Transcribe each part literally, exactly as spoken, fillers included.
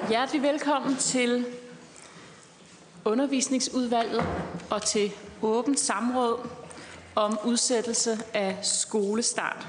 Hjertelig velkommen til Undervisningsudvalget og til åbent samråd om udsættelse af skolestart.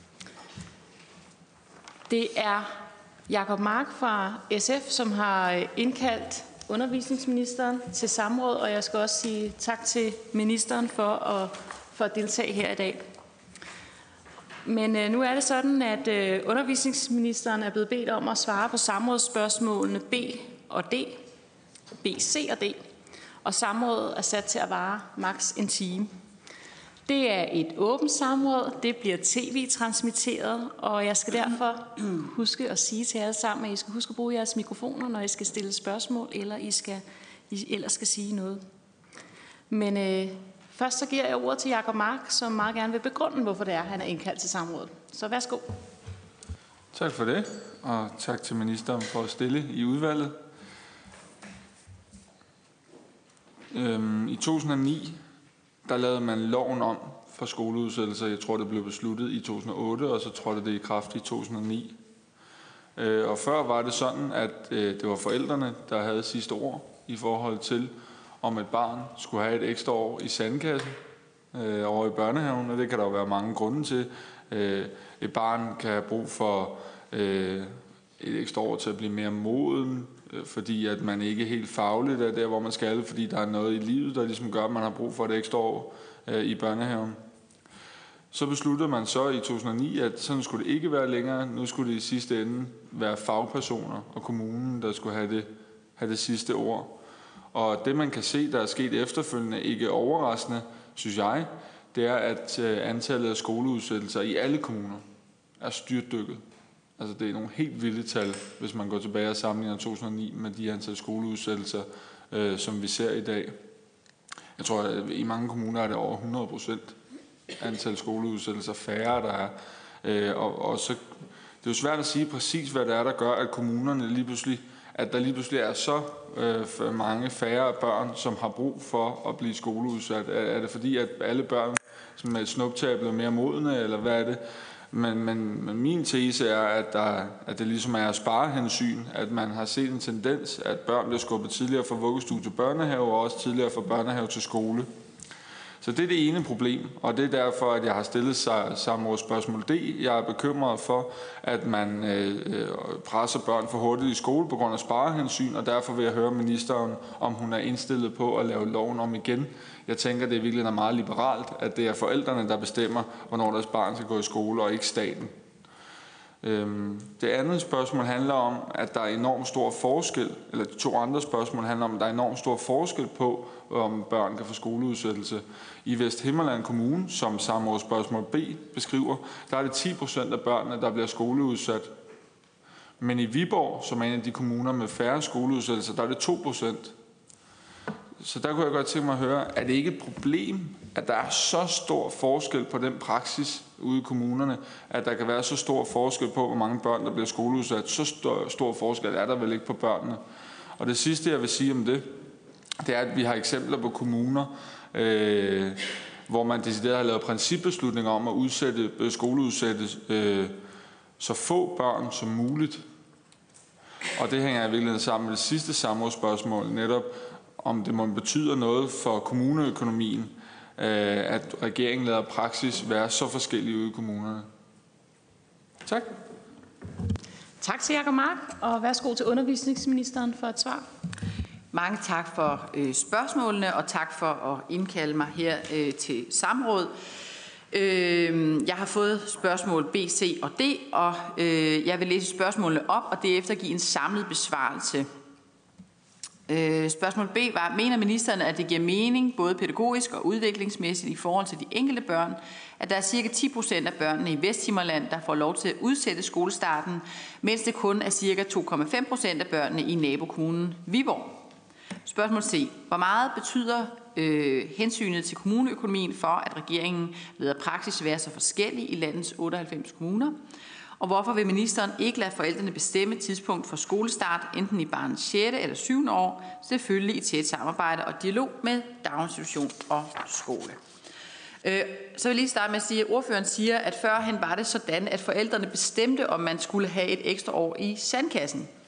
Det er Jacob Mark fra S F, som har indkaldt undervisningsministeren til samråd, og jeg skal også sige tak til ministeren for at, for at deltage her i dag. Men øh, nu er det sådan, at øh, undervisningsministeren er blevet bedt om at svare på samrådsspørgsmålene B og D, B, C og D, og samrådet er sat til at vare maks en time. Det er et åbent samråd, det bliver tv-transmitteret, og jeg skal derfor huske at sige til jer sammen, at I skal huske at bruge jeres mikrofoner, når I skal stille spørgsmål, eller I, skal, I ellers skal sige noget. Men øh, først så giver jeg ordet til Jacob Mark, som meget gerne vil begrunde, hvorfor det er, han er indkaldt til samrådet. Så værsgo. Tak for det, og tak til ministeren for at stille i udvalget. Øhm, I to tusind og ni, der lavede man loven om for skoleudsættelser. Jeg tror, det blev besluttet i to tusind og otte, og så trådte det i kraft i to tusind og ni. Øh, og før var det sådan, at øh, det var forældrene, der havde sidste ord i forhold til, om et barn skulle have et ekstra år i sandkassen øh, over i børnehaven, og det kan der jo være mange grunde til. Øh, et barn kan have brug for øh, et ekstra år til at blive mere moden, øh, fordi at man ikke helt fagligt er der, hvor man skal, fordi der er noget i livet, der ligesom gør, at man har brug for et ekstra år øh, i børnehaven. Så besluttede man så i to tusind og ni, at sådan skulle det ikke være længere. Nu skulle det i sidste ende være fagpersoner og kommunen, der skulle have det, have det sidste ord. Og det man kan se, der er sket efterfølgende, ikke overraskende, synes jeg, det er, at antallet af skoleudsættelser i alle kommuner er styrtdykket. Altså det er nogle helt vilde tal, hvis man går tilbage og sammenligner to tusind og ni med de antal skoleudsættelser, øh, som vi ser i dag. Jeg tror, at i mange kommuner er det over hundrede procent antal skoleudsættelser færre, der er. Øh, og, og så, det er jo svært at sige præcis, hvad det er, der gør, at kommunerne lige pludselig at der lige pludselig er så øh, mange færre børn, som har brug for at blive skoleudsat. Er, er det fordi, at alle børn som med et snuptag er blevet mere modne, eller hvad er det? Men, men, men min tese er, at, der, at det ligesom er sparehensyn, at man har set en tendens, at børn bliver skubbet tidligere fra vuggestue til børnehave, og også tidligere fra børnehave til skole. Så det er det ene problem, og det er derfor, at jeg har stillet sig samme spørgsmål D. Jeg er bekymret for, at man øh, presser børn for hurtigt i skole på grund af sparehensyn, og derfor vil jeg høre ministeren, om hun er indstillet på at lave loven om igen. Jeg tænker, det virkelig er meget liberalt, at det er forældrene, der bestemmer, hvornår deres barn skal gå i skole, og ikke staten. Det andet spørgsmål handler om, at der er enormt stor forskel, eller de to andre spørgsmål handler om, at der er enormt stor forskel på, om børn kan få skoleudsættelse. I Vesthimmerland Kommune, som samme spørgsmål B beskriver, der er det ti procent af børnene, der bliver skoleudsat. Men i Viborg, som er en af de kommuner med færre skoleudsættelser, der er det to procent. Så der kunne jeg godt tænke mig at høre, er det ikke et problem, at der er så stor forskel på den praksis ude i kommunerne, at der kan være så stor forskel på, hvor mange børn, der bliver skoleudsat? Så stor, stor forskel er der vel ikke på børnene. Og det sidste, jeg vil sige om det, det er, at vi har eksempler på kommuner, øh, hvor man decideret har lavet principbeslutninger om at udsætte, skoleudsætte øh, så få børn som muligt. Og det hænger i virkeligheden sammen med det sidste samrådsspørgsmål, netop om det må betyder noget for kommuneøkonomien, at regeringen lader praksis være så forskellig ude i kommunerne. Tak. Tak til Jacob Mark, og værsgo til undervisningsministeren for et svar. Mange tak for øh, spørgsmålene, og tak for at indkalde mig her øh, til samråd. Øh, jeg har fået spørgsmål B, C og D, og øh, jeg vil læse spørgsmålene op, og derefter give en samlet besvarelse. Øh, spørgsmål B var, mener ministeren, at det giver mening, både pædagogisk og udviklingsmæssigt i forhold til de enkelte børn, at der er cirka ti procent af børnene i Vesthimmerland, der får lov til at udsætte skolestarten, mens det kun er cirka to komma fem procent af børnene i nabokommunen Viborg? Spørgsmål C. Hvor meget betyder øh, hensynet til kommuneøkonomien for, at regeringen lader praksis være så forskellig i landets otteoghalvfems kommuner? Og hvorfor vil ministeren ikke lade forældrene bestemme tidspunkt for skolestart, enten i barnets sjette eller syvende år, selvfølgelig i tæt samarbejde og dialog med daginstitution og skole? Øh, så vil jeg lige starte med at sige, at ordføreren siger, at førhen var det sådan, at forældrene bestemte, om man skulle have et ekstra år i sandkassen.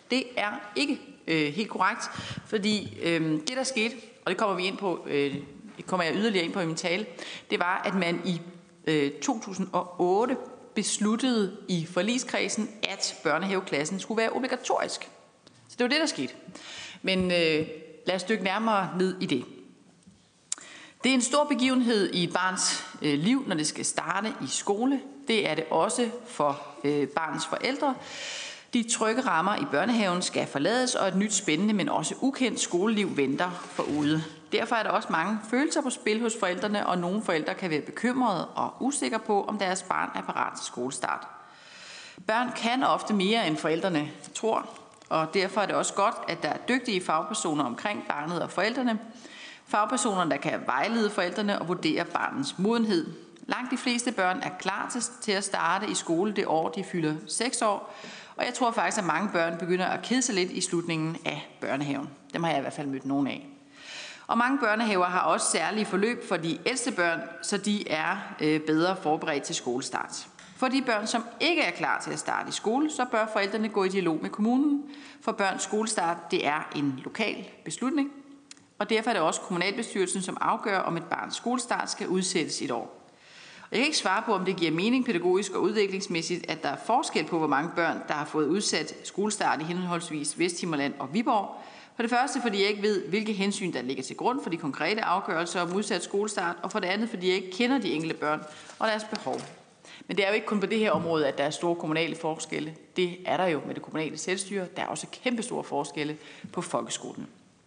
Det er ikke øh, helt korrekt, fordi øh, det, der skete, og det kommer vi ind på, øh, det kommer jeg yderligere ind på i min tale, det var, at man i øh, to tusind og otte besluttede i forligskredsen, at børnehaveklassen skulle være obligatorisk. Så det var det, der skete. Men øh, lad os dykke nærmere ned i det. Det er en stor begivenhed i et barns øh, liv, når det skal starte i skole. Det er det også for øh, barnets forældre. De trygge rammer i børnehaven skal forlades, og et nyt spændende, men også ukendt skoleliv venter forude. Derfor er der også mange følelser på spil hos forældrene, og nogle forældre kan være bekymrede og usikre på, om deres barn er parat til skolestart. Børn kan ofte mere, end forældrene tror, og derfor er det også godt, at der er dygtige fagpersoner omkring barnet og forældrene. Fagpersoner, der kan vejlede forældrene og vurdere barnets modenhed. Langt de fleste børn er klar til at starte i skole det år, de fylder seks år, og jeg tror faktisk, at mange børn begynder at kede sig lidt i slutningen af børnehaven. Dem har jeg i hvert fald mødt nogen af. Og mange børnehaver har også særlige forløb for de ældste børn, så de er øh, bedre forberedt til skolestart. For de børn, som ikke er klar til at starte i skole, så bør forældrene gå i dialog med kommunen, for børns skolestart det er en lokal beslutning, og derfor er det også kommunalbestyrelsen, som afgør, om et barns skolestart skal udsættes et år. Jeg kan ikke svare på, om det giver mening pædagogisk og udviklingsmæssigt, at der er forskel på, hvor mange børn, der har fået udsat skolestart i henholdsvis Vesthimmerland og Viborg. For det første, fordi jeg ikke ved, hvilke hensyn, der ligger til grund for de konkrete afgørelser om udsat skolestart, og for det andet, fordi jeg ikke kender de enkelte børn og deres behov. Men det er jo ikke kun på det her område, at der er store kommunale forskelle. Det er der jo med det kommunale selvstyre. Der er også kæmpe store forskelle på folkeskolen.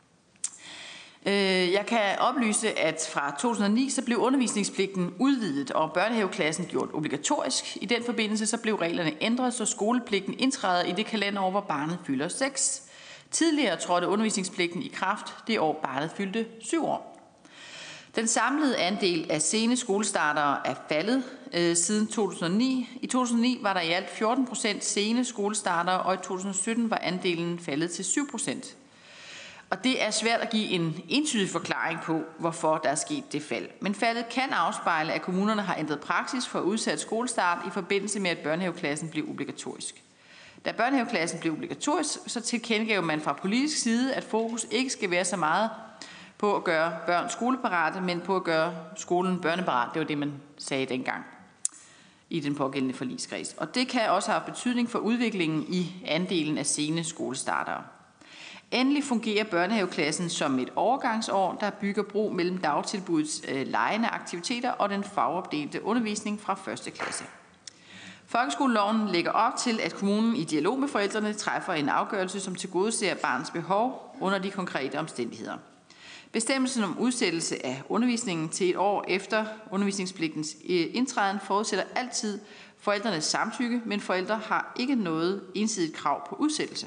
Jeg kan oplyse, at fra to tusind og ni så blev undervisningspligten udvidet og børnehaveklassen gjort obligatorisk. I den forbindelse så blev reglerne ændret, så skolepligten indtræder i det kalenderår, hvor barnet fylder seks. Tidligere trådte undervisningspligten i kraft det år, barnet fyldte syv år. Den samlede andel af sene skolestartere er faldet øh, siden to tusind og ni. I to tusind og ni var der i alt fjorten procent sene skolestartere, og i to tusind og sytten var andelen faldet til syv procent. Og det er svært at give en entydig forklaring på, hvorfor der er sket det fald. Men faldet kan afspejle, at kommunerne har ændret praksis for udsat skolestart i forbindelse med, at børnehaveklassen blev obligatorisk. Da børnehaveklassen blev obligatorisk, så tilkendegav man fra politisk side, at fokus ikke skal være så meget på at gøre børn skoleparate, men på at gøre skolen børneparat. Det var det, man sagde dengang i den pågældende forligskreds. Og det kan også have betydning for udviklingen i andelen af sene skolestartere. Endelig fungerer børnehaveklassen som et overgangsår, der bygger bro mellem dagtilbudets øh, legende aktiviteter og den fagopdelte undervisning fra første klasse. Folkeskoleloven lægger op til, at kommunen i dialog med forældrene træffer en afgørelse, som tilgodeser barnets behov under de konkrete omstændigheder. Bestemmelsen om udsættelse af undervisningen til et år efter undervisningspligtens indtræden forudsætter altid forældrenes samtykke, men forældre har ikke noget ensidigt krav på udsættelse.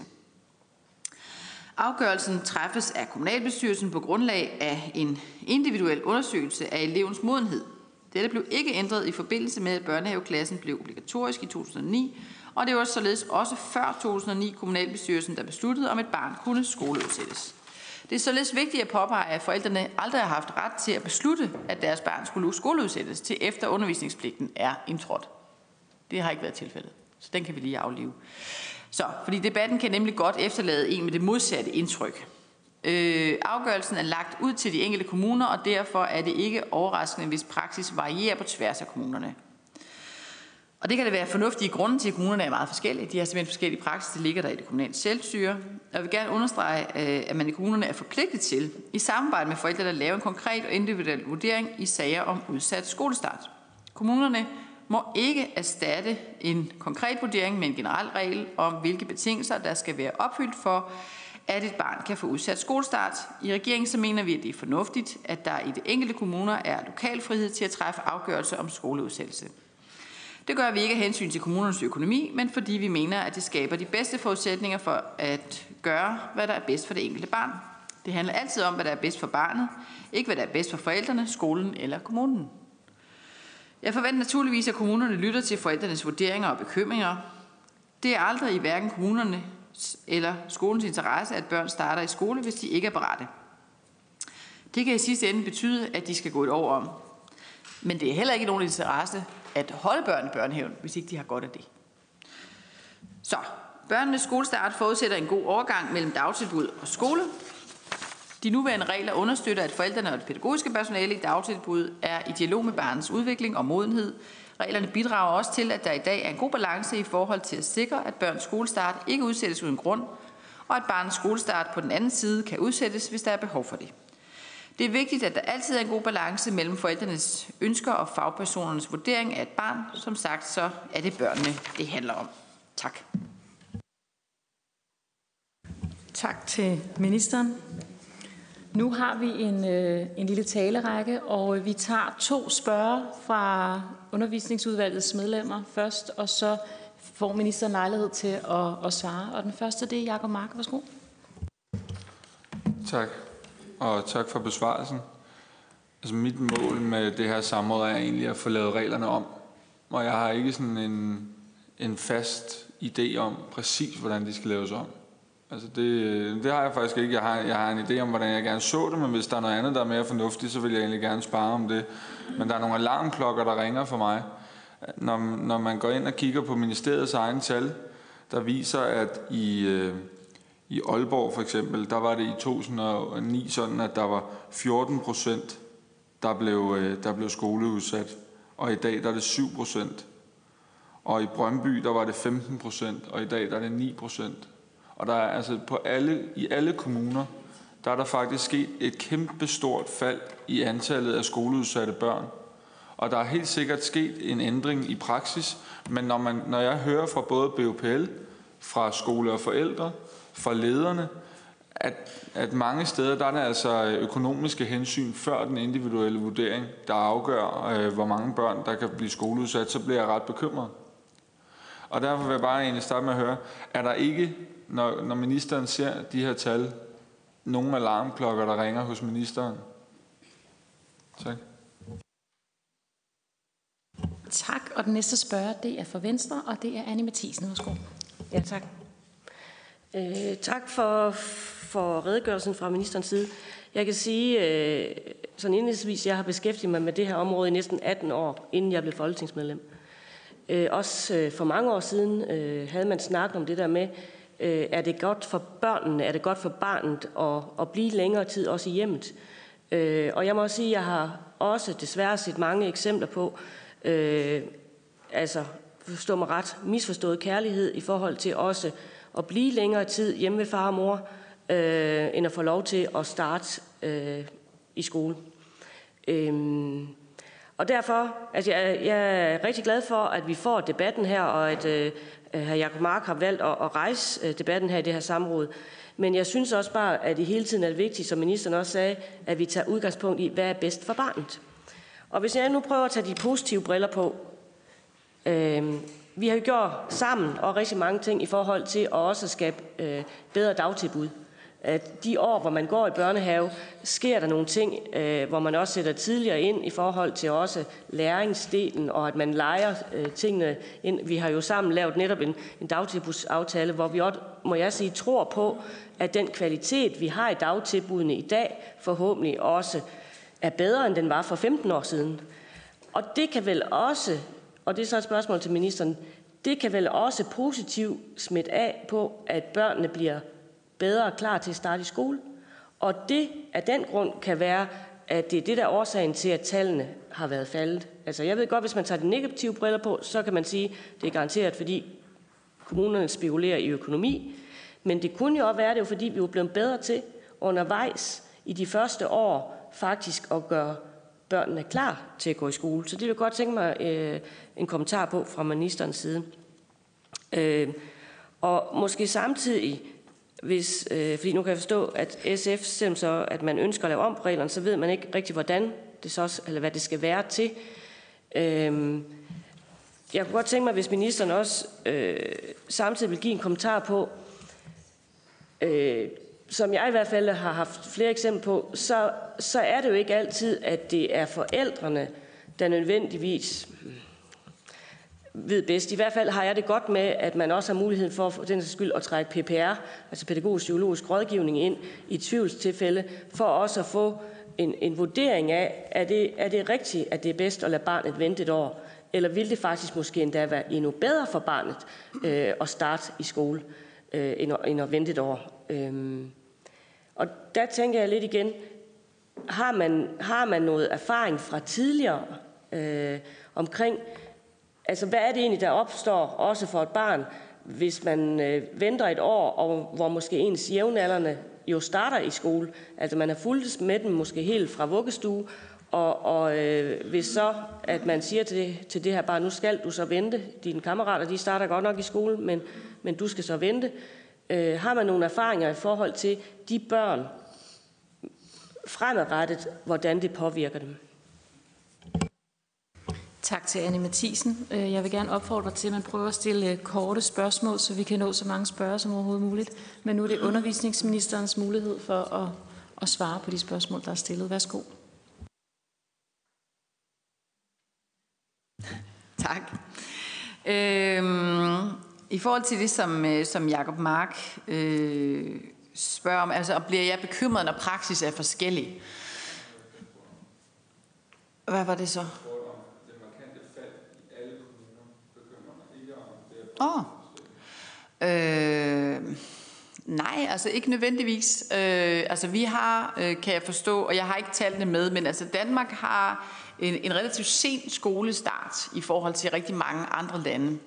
Afgørelsen træffes af kommunalbestyrelsen på grundlag af en individuel undersøgelse af elevens modenhed. Dette blev ikke ændret i forbindelse med, at børnehaveklassen blev obligatorisk i to tusind og ni, og det var således også før to tusind og ni kommunalbestyrelsen, der besluttede, om et barn kunne skoleudsættes. Det er således vigtigt at påpege, at forældrene aldrig har haft ret til at beslutte, at deres barn skulle skoleudsættes til efter undervisningspligten er indtrådt. Det har ikke været tilfældet, så den kan vi lige aflive. Så, fordi debatten kan nemlig godt efterlade en med det modsatte indtryk. Øh, afgørelsen er lagt ud til de enkelte kommuner, og derfor er det ikke overraskende, hvis praksis varierer på tværs af kommunerne. Og det kan det være fornuftige grunde til, at kommunerne er meget forskellige. De har simpelthen forskellige praksis, det ligger der i det kommunale selvstyre. Og jeg vil gerne understrege, at man i kommunerne er forpligtet til, i samarbejde med forældrene, at lave en konkret og individuel vurdering i sager om udsat skolestart. Kommunerne må ikke erstatte en konkret vurdering med en generel regel om, hvilke betingelser, der skal være opfyldt for, at et barn kan få udsat skolestart. I regeringen så mener vi, at det er fornuftigt, at der i de enkelte kommuner er lokal frihed til at træffe afgørelser om skoleudsættelse. Det gør vi ikke af hensyn til kommunernes økonomi, men fordi vi mener, at det skaber de bedste forudsætninger for at gøre, hvad der er bedst for det enkelte barn. Det handler altid om, hvad der er bedst for barnet, ikke hvad der er bedst for forældrene, skolen eller kommunen. Jeg forventer naturligvis, at kommunerne lytter til forældrenes vurderinger og bekymringer. Det er aldrig i hverken kommunerne eller skolens interesse, at børn starter i skole, hvis de ikke er parate. Det kan i sidste ende betyde, at de skal gå et år om. Men det er heller ikke nogen interesse at holde børn i børnehaven, hvis ikke de har godt af det. Så Børnenes skolestart forudsætter en god overgang mellem dagtilbud og skole. De nuværende regler understøtter, at forældrene og det pædagogiske personale i dagtilbud er i dialog med barnets udvikling og modenhed. Reglerne bidrager også til, at der i dag er en god balance i forhold til at sikre, at børns skolestart ikke udsættes uden grund, og at barnets skolestart på den anden side kan udsættes, hvis der er behov for det. Det er vigtigt, at der altid er en god balance mellem forældrenes ønsker og fagpersonernes vurdering af et barn. Som sagt, så er det børnene, det handler om. Tak. Tak til ministeren. Nu har vi en, øh, en lille talerække, og vi tager to spørger fra undervisningsudvalgets medlemmer først, og så får ministeren lejlighed til at, at svare. Og den første, det er Jacob Mark. Værsgo. Tak, og tak for besvarelsen. Altså mit mål med det her samråd er egentlig at få lavet reglerne om, og jeg har ikke sådan en, en fast idé om præcis, hvordan de skal laves om. Altså det, det har jeg faktisk ikke. Jeg har, jeg har en idé om, hvordan jeg gerne så det, men hvis der er noget andet, der er mere fornuftigt, så vil jeg egentlig gerne spare om det. Men der er nogle alarmklokker, der ringer for mig. Når, når man går ind og kigger på ministeriets egne tal, der viser, at i, øh, i Aalborg for eksempel, der var det i to tusind og ni sådan, at der var fjorten procent, der blev, øh, der blev skoleudsat. Og i dag der er det syv procent. Og i Brøndby, der var det femten procent, og i dag der er det ni procent. Og der er altså på alle, i alle kommuner, der er der faktisk sket et kæmpe stort fald i antallet af skoleudsatte børn. Og der er helt sikkert sket en ændring i praksis, men når, man, når jeg hører fra både B U P L, fra skole og forældre, fra lederne, at, at mange steder der er der altså økonomiske hensyn før den individuelle vurdering, der afgør, øh, hvor mange børn der kan blive skoleudsat, så bliver jeg ret bekymret. Og derfor vil jeg bare egentlig starte med at høre, er der ikke, når, når ministeren ser de her tal, nogle alarmklokker, der ringer hos ministeren? Tak. Tak, og den næste spørger, det er fra Venstre, og det er Annie Mathisen. Værsgo. Ja, tak. Øh, tak for, for redegørelsen fra ministerens side. Jeg kan sige, øh, sådan indledningsvis, jeg har beskæftiget mig med det her område i næsten atten år, inden jeg blev folketingsmedlem. Øh, også øh, for mange år siden øh, havde man snakket om det der med, øh, er det godt for børnene, er det godt for barnet at, at blive længere tid også i hjemmet. Øh, og jeg må også sige, at jeg har også desværre set mange eksempler på, øh, altså forstå mig ret, misforstået kærlighed i forhold til også at blive længere tid hjemme ved far og mor, øh, end at få lov til at starte øh, i skole. Øh, Og derfor, altså jeg, jeg er rigtig glad for, at vi får debatten her, og at øh, hr. Jacob Mark har valgt at, at rejse øh, debatten her i det her samråd. Men jeg synes også bare, at det hele tiden er vigtigt, som ministeren også sagde, at vi tager udgangspunkt i, hvad er bedst for barnet. Og hvis jeg nu prøver at tage de positive briller på, øh, vi har jo gjort sammen og rigtig mange ting i forhold til at også skabe øh, bedre dagtilbud. At de år, hvor man går i børnehave, sker der nogle ting, øh, hvor man også sætter tidligere ind i forhold til også læringsdelen, og at man leger øh, tingene ind. Vi har jo sammen lavet netop en, en dagtilbudsaftale, hvor vi også, må jeg sige, tror på, at den kvalitet, vi har i dagtilbudene i dag, forhåbentlig også er bedre, end den var for femten år siden. Og det kan vel også, og det er så et spørgsmål til ministeren, det kan vel også positivt smitte af på, at børnene bliver bedre klar til at starte i skole. Og det af den grund kan være, at det er det, der er årsagen til, at tallene har været faldet. Altså jeg ved godt, hvis man tager de negative briller på, så kan man sige, at det er garanteret, fordi kommunerne spekulerer i økonomi. Men det kunne jo også være, det jo fordi vi er blevet bedre til undervejs i de første år faktisk at gøre børnene klar til at gå i skole. Så det vil jeg godt tænke mig øh, en kommentar på fra ministerens side. Øh, og måske samtidig, hvis, øh, fordi nu kan jeg forstå, at S F, selvom så, at man ønsker at lave om på reglerne, så ved man ikke rigtig, hvordan det så, eller hvad det skal være til. Øh, jeg kunne godt tænke mig, hvis ministeren også øh, samtidig vil give en kommentar på, øh, som jeg i hvert fald har haft flere eksempler på, så, så er det jo ikke altid, at det er forældrene, der nødvendigvis ved bedst. I hvert fald har jeg det godt med, at man også har mulighed for, for den skyld, at trække P P R, altså pædagogisk-psykologisk rådgivning, ind i tvivlstilfælde, for også at få en, en vurdering af, er det, er det rigtigt, at det er bedst at lade barnet vente et år, Eller vil det faktisk måske endda være endnu bedre for barnet øh, at starte i skole, øh, end, at, end at vente et år? Øhm, og der tænker jeg lidt igen, har man, har man noget erfaring fra tidligere øh, omkring, altså hvad er det egentlig, der opstår også for et barn, hvis man øh, venter et år, og hvor måske ens jævnaldrende jo starter i skole. Altså man har fulgt med dem måske helt fra vuggestue, og, og øh, hvis så, at man siger til det, til det her barn, nu skal du så vente, dine kammerater, de starter godt nok i skole, men, men du skal så vente. Øh, har man nogle erfaringer i forhold til de børn fremadrettet, hvordan det påvirker dem? Tak til Anne Matthiesen. Jeg vil gerne opfordre til, at man prøver at stille korte spørgsmål, så vi kan nå så mange spørgsmål som overhovedet muligt. Men nu er det undervisningsministerens mulighed for at, at svare på de spørgsmål, der er stillet. Værsgo. Tak. Øhm, I forhold til det, som, som Jacob Mark øh, spørger om, altså bliver jeg bekymret, når praksis er forskellig? Hvad var det så? Åh. Oh. Øh, nej, altså ikke nødvendigvis. Øh, altså vi har, øh, kan jeg forstå, og jeg har ikke tallene med, men altså Danmark har en, en relativt sen skolestart i forhold til rigtig mange andre lande.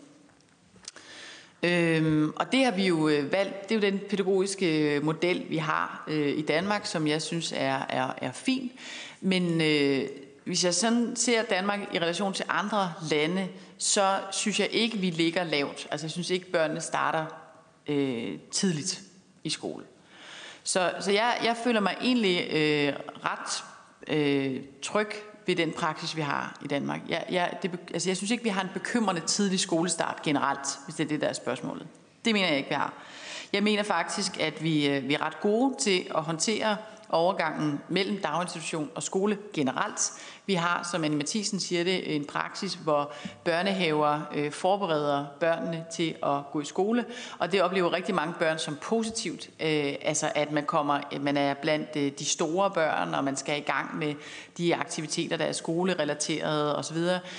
Øhm, og det har vi jo valgt, det er jo den pædagogiske model, vi har øh, i Danmark, som jeg synes er, er, er fin. Men øh, hvis jeg sådan ser Danmark i relation til andre lande, så synes jeg ikke, vi ligger lavt. Altså jeg synes ikke, børnene starter øh, tidligt i skole. Så, så jeg, jeg føler mig egentlig øh, ret øh, tryg ved den praksis, vi har i Danmark. Jeg, jeg, det, altså jeg synes ikke, vi har en bekymrende tidlig skolestart generelt, hvis det er det, der er spørgsmålet. Det mener jeg ikke, vi har. Jeg mener faktisk, at vi, vi er ret gode til at håndtere overgangen mellem daginstitution og skole generelt. Vi har, som Anne Matthiesen siger det, en praksis, hvor børnehaver øh, forbereder børnene til at gå i skole, og det oplever rigtig mange børn som positivt, øh, altså at man kommer, man er blandt øh, de store børn, og man skal i gang med de aktiviteter, der er skolerelaterede osv.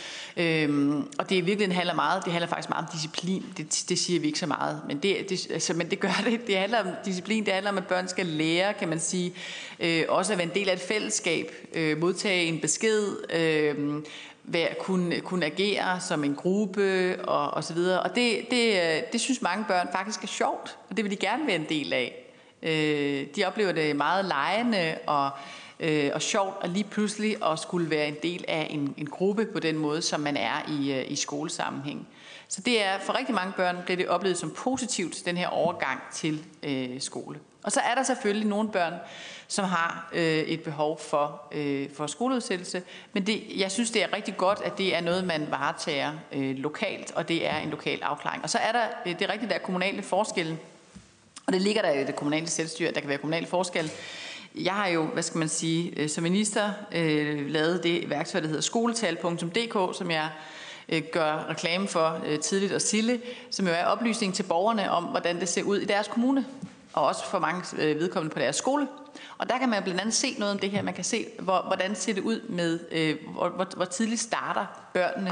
Øhm, og det i virkeligheden handler meget, det handler faktisk meget om disciplin. Det, det siger vi ikke så meget, men det, det, altså, men det gør det. Det handler om disciplin, det handler om, at børn skal lære, kan man sige, øh, også at være en del af et fællesskab, øh, modtage en besked, øh, være, kunne, kunne agere som en gruppe og, og så videre. Og det, det, det synes mange børn faktisk er sjovt, og det vil de gerne være en del af. Øh, de oplever det meget legende og Øh, og sjovt at lige pludselig at skulle være en del af en, en gruppe på den måde, som man er i, øh, i skolesammenhæng. Så det er for rigtig mange børn, bliver det oplevet som positivt, den her overgang til øh, skole. Og så er der selvfølgelig nogle børn, som har øh, et behov for, øh, for skoleudsættelse, men det, jeg synes, det er rigtig godt, at det er noget, man varetager øh, lokalt, og det er en lokal afklaring. Og så er der, øh, det er rigtigt, der er kommunale forskelle, og det ligger der i det kommunale selvstyre, der kan være kommunale forskelle. Jeg har jo, hvad skal man sige, som minister øh, lavet det værktøj, der hedder skoletal punktum d k, som jeg øh, gør reklame for øh, tidligt og stille, som jo er oplysning til borgerne om, hvordan det ser ud i deres kommune, og også for mange øh, vedkommende på deres skole. Og der kan man blandt andet se noget om det her. Man kan se, hvor, hvordan ser det ud med, øh, hvor, hvor, hvor tidligt starter børnene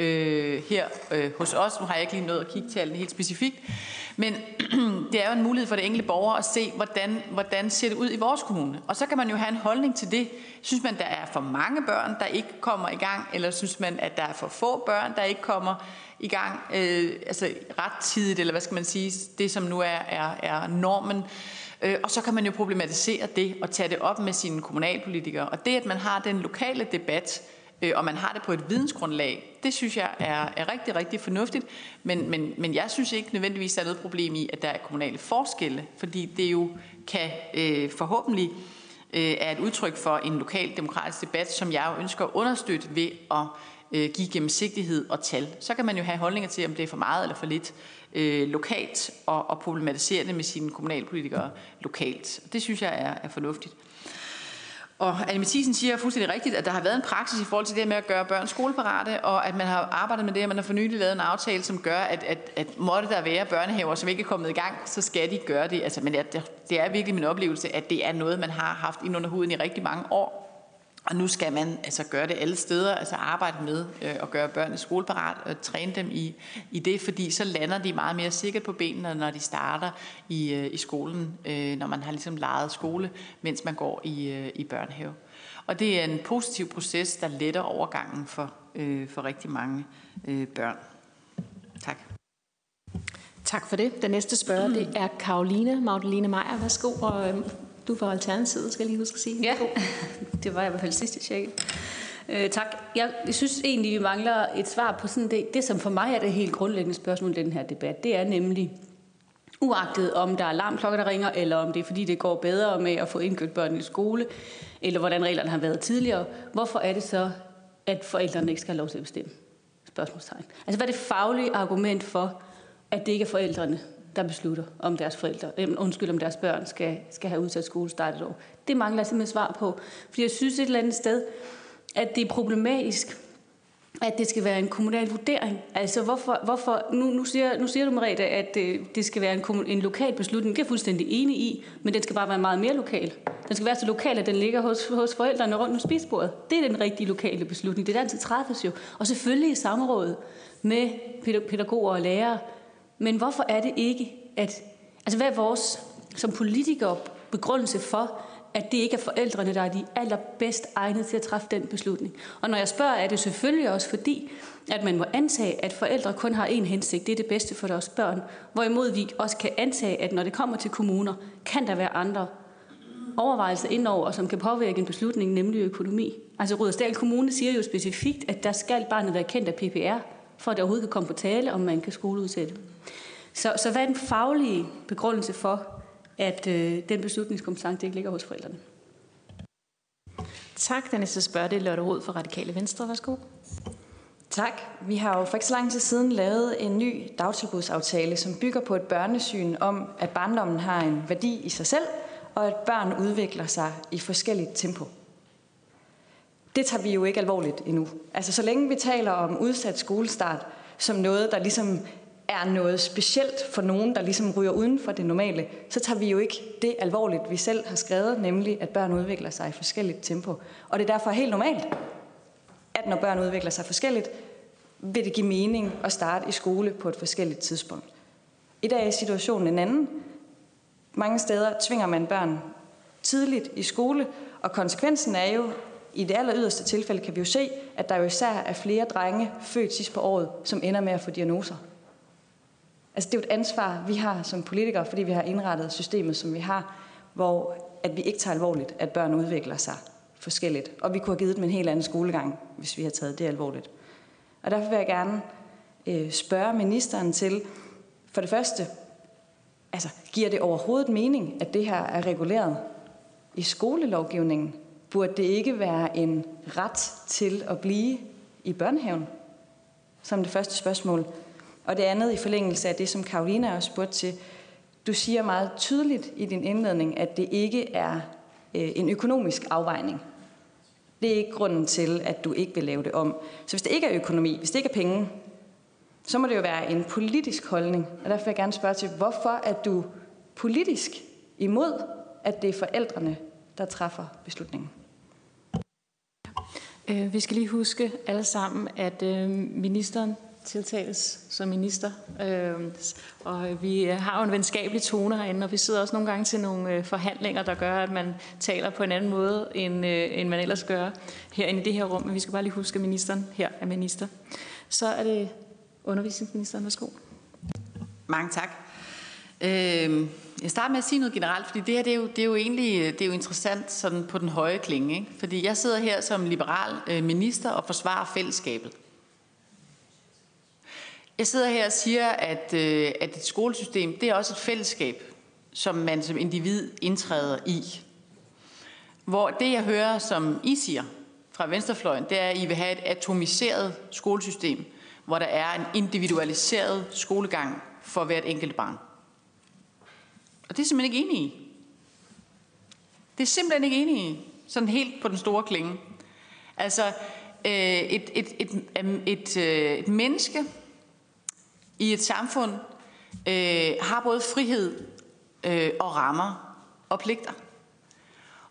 øh, her øh, hos os. Nu har jeg ikke lige nået at kigge tallene helt specifikt. Men det er jo en mulighed for det enkelte borger at se, hvordan, hvordan ser det ud i vores kommune. Og så kan man jo have en holdning til det. Synes man, der er for mange børn, der ikke kommer i gang, eller synes man, at der er for få børn, der ikke kommer i gang øh, altså ret tidigt, eller hvad skal man sige, det som nu er, er, er normen. Øh, og så kan man jo problematisere det og tage det op med sine kommunalpolitikere. Og det, at man har den lokale debat, øh, og man har det på et vidensgrundlag, det synes jeg er, er rigtig, rigtig fornuftigt. Men, men, men jeg synes ikke nødvendigvis, der er noget problem i, at der er kommunale forskelle, fordi det jo kan øh, forhåbentlig øh, er et udtryk for en lokal demokratisk debat, som jeg jo ønsker at understøtte ved at øh, give gennemsigtighed og tal. Så kan man jo have holdninger til, om det er for meget eller for lidt øh, lokalt, og, og problematisere det med sine kommunalpolitikere lokalt. Det synes jeg er, er fornuftigt. Og Anne Matthiesen siger fuldstændig rigtigt, at der har været en praksis i forhold til det med at gøre børn skoleparate, og at man har arbejdet med det, og man har for nylig lavet en aftale, som gør, at, at, at måtte der være børnehaver, som ikke er kommet i gang, så skal de gøre det. Altså, men det, det er virkelig min oplevelse, at det er noget, man har haft ind under huden i rigtig mange år. Og nu skal man altså gøre det alle steder, altså arbejde med øh, at gøre børnene skoleparat og træne dem i, i det, fordi så lander de meget mere sikkert på benene, når de starter i, øh, i skolen, øh, når man har ligesom lejet skole, mens man går i, øh, i børnehave. Og det er en positiv proces, der letter overgangen for, øh, for rigtig mange øh, børn. Tak. Tak for det. Den næste spørger, mm. det er Karoline Magdalene Meyer. Værsgo, og øhm, du er fra Alternativet, skal jeg lige huske at sige. Ja, det var jeg i hvert fald sidst i tjekket. Øh, tak. Jeg synes egentlig, vi mangler et svar på sådan det, det, som for mig er det helt grundlæggende spørgsmål i den her debat. Det er nemlig, uagtet om der er alarmklokker, der ringer, eller om det er fordi, det går bedre med at få indkøbt børn i skole, eller hvordan reglerne har været tidligere. Hvorfor er det så, at forældrene ikke skal have lov til at bestemme? Spørgsmålstegn. Altså, hvad er det faglige argument for, at det ikke er forældrene, der beslutter, om deres forældre, undskyld, om deres børn skal, skal have udsat skolestart et år? Det mangler jeg simpelthen svar på. Fordi jeg synes et eller andet sted, at det er problematisk, at det skal være en kommunal vurdering. Altså, hvorfor, hvorfor nu, nu, siger, nu siger du, Merete, at øh, det skal være en, en lokal beslutning. Det er jeg fuldstændig enig i, men den skal bare være meget mere lokal. Den skal være så lokal, at den ligger hos, hos forældrene rundt om spisebordet. Det er den rigtige lokale beslutning. Det er der, den træffes jo. Og selvfølgelig i samråd med pædagoger og lærere. Men hvorfor er det ikke, at... Altså, hvad er vores som politikere begrundelse for, at det ikke er forældrene, der er de allerbedst egnet til at træffe den beslutning? Og når jeg spørger, er det selvfølgelig også fordi, at man må antage, at forældre kun har én hensigt, det er det bedste for deres børn. Hvorimod vi også kan antage, at når det kommer til kommuner, kan der være andre overvejelser indover, som kan påvirke en beslutning, nemlig økonomi. Altså Rudersdal Kommune siger jo specifikt, at der skal barnet være kendt af P P R, for at det overhovedet kan komme på tale, om man kan skoleudsætte. Så, så hvad er den faglige begrundelse for, at øh, den beslutningskompetence ikke ligger hos forældrene? Tak. Den næste spørger, det er Lotte Rod fra Radikale Venstre. Værsgo. Tak. Vi har jo for ikke så lang tid siden lavet en ny dagtilbudsaftale, som bygger på et børnesyn om, at barndommen har en værdi i sig selv, og at børn udvikler sig i forskelligt tempo. Det tager vi jo ikke alvorligt endnu. Altså så længe vi taler om udsat skolestart som noget, der ligesom er noget specielt for nogen, der ligesom ryger uden for det normale, så tager vi jo ikke det alvorligt, vi selv har skrevet, nemlig at børn udvikler sig i forskelligt tempo. Og det er derfor helt normalt, at når børn udvikler sig forskelligt, vil det give mening at starte i skole på et forskelligt tidspunkt. I dag er situationen en anden. Mange steder tvinger man børn tidligt i skole, og konsekvensen er jo, i det aller yderste tilfælde kan vi jo se, at der jo især er flere drenge født sidst på året, som ender med at få diagnoser. Altså det er jo et ansvar, vi har som politikere, fordi vi har indrettet systemet, som vi har, hvor at vi ikke tager alvorligt, at børn udvikler sig forskelligt. Og vi kunne have givet dem en helt anden skolegang, hvis vi havde taget det alvorligt. Og derfor vil jeg gerne øh, spørge ministeren til, for det første, altså giver det overhovedet mening, at det her er reguleret i skolelovgivningen? Burde det ikke være en ret til at blive i børnehaven? Som det første spørgsmål. Og det andet i forlængelse af det, som Karoline også spurgte til. Du siger meget tydeligt i din indledning, at det ikke er øh, en økonomisk afvejning. Det er ikke grunden til, at du ikke vil lave det om. Så hvis det ikke er økonomi, hvis det ikke er penge, så må det jo være en politisk holdning. Og derfor vil jeg gerne spørge til, hvorfor er du politisk imod, at det er forældrene, der træffer beslutningen? Øh, vi skal lige huske alle sammen, at øh, ministeren tiltales som minister. Øh, og vi har jo en venskabelig tone herinde, og vi sidder også nogle gange til nogle øh, forhandlinger, der gør, at man taler på en anden måde, end, øh, end man ellers gør herinde i det her rum. Men vi skal bare lige huske, at ministeren her er minister. Så er det undervisningsministeren. Værsgo. Mange tak. Øh, jeg starter med at sige noget generelt, fordi det her det er jo, det er jo egentlig det er jo interessant sådan på den høje klinge. Ikke? Fordi jeg sidder her som liberal øh, minister og forsvarer fællesskabet. Jeg sidder her og siger, at, øh, at et skolesystem, det er også et fællesskab, som man som individ indtræder i. Hvor det, jeg hører, som I siger fra venstrefløjen, det er, at I vil have et atomiseret skolesystem, hvor der er en individualiseret skolegang for hvert enkelt barn. Og det er jeg simpelthen ikke enig i. Det er simpelthen ikke enig i. Sådan helt på den store klinge. Altså, øh, et, et, et, et, et, et menneske i et samfund øh, har både frihed øh, og rammer og pligter.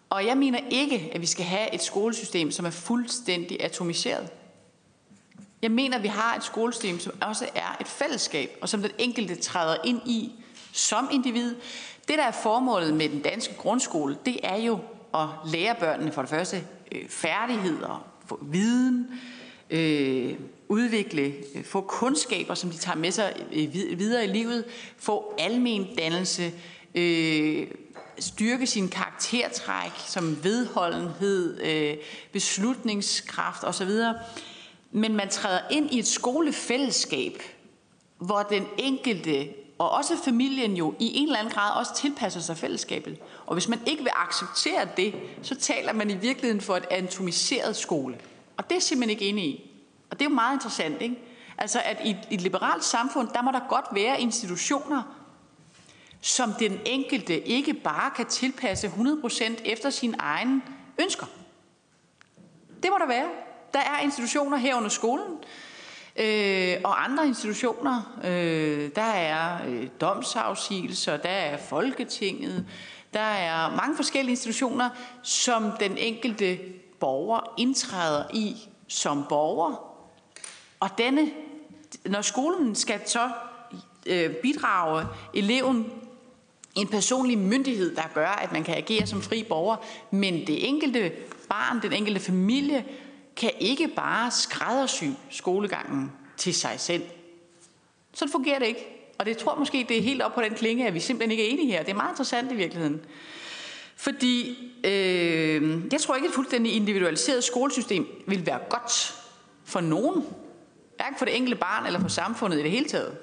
Og jeg mener ikke, at vi skal have et skolesystem, som er fuldstændig atomiseret. Jeg mener, at vi har et skolesystem, som også er et fællesskab, og som den enkelte træder ind i som individ. Det, der er formålet med den danske grundskole, det er jo at lære børnene for det første øh, færdigheder, få viden, øh, udvikle, øh, få kundskaber, som de tager med sig øh, videre i livet, få almen dannelse, øh, styrke sin karaktertræk som vedholdenhed, øh, beslutningskraft osv. Men man træder ind i et skolefællesskab, hvor den enkelte og også familien jo i en eller anden grad også tilpasser sig fællesskabet. Og hvis man ikke vil acceptere det, så taler man i virkeligheden for et atomiseret skole. Og det er simpelthen ikke enig i. Og det er jo meget interessant, ikke? Altså at i et liberalt samfund, der må der godt være institutioner, som den enkelte ikke bare kan tilpasse hundrede procent efter sine egne ønsker. Det må der være. Der er institutioner herunder skolen, øh, og andre institutioner. Øh, der er øh, domsafsigelser, der er Folketinget, der er mange forskellige institutioner, som den enkelte borger indtræder i som borger. Og denne, når skolen skal så øh, bidrage eleven en personlig myndighed, der gør, at man kan agere som fri borger, men det enkelte barn, den enkelte familie, kan ikke bare skræddersy skolegangen til sig selv. Sådan fungerer det ikke. Og det tror jeg måske, det er helt op på den klinge, at vi simpelthen ikke er enige her. Det er meget interessant i virkeligheden. Fordi øh, jeg tror ikke, at et fuldstændig individualiseret skolesystem vil være godt for nogen. Hverken for det enkelte barn eller for samfundet i det hele taget.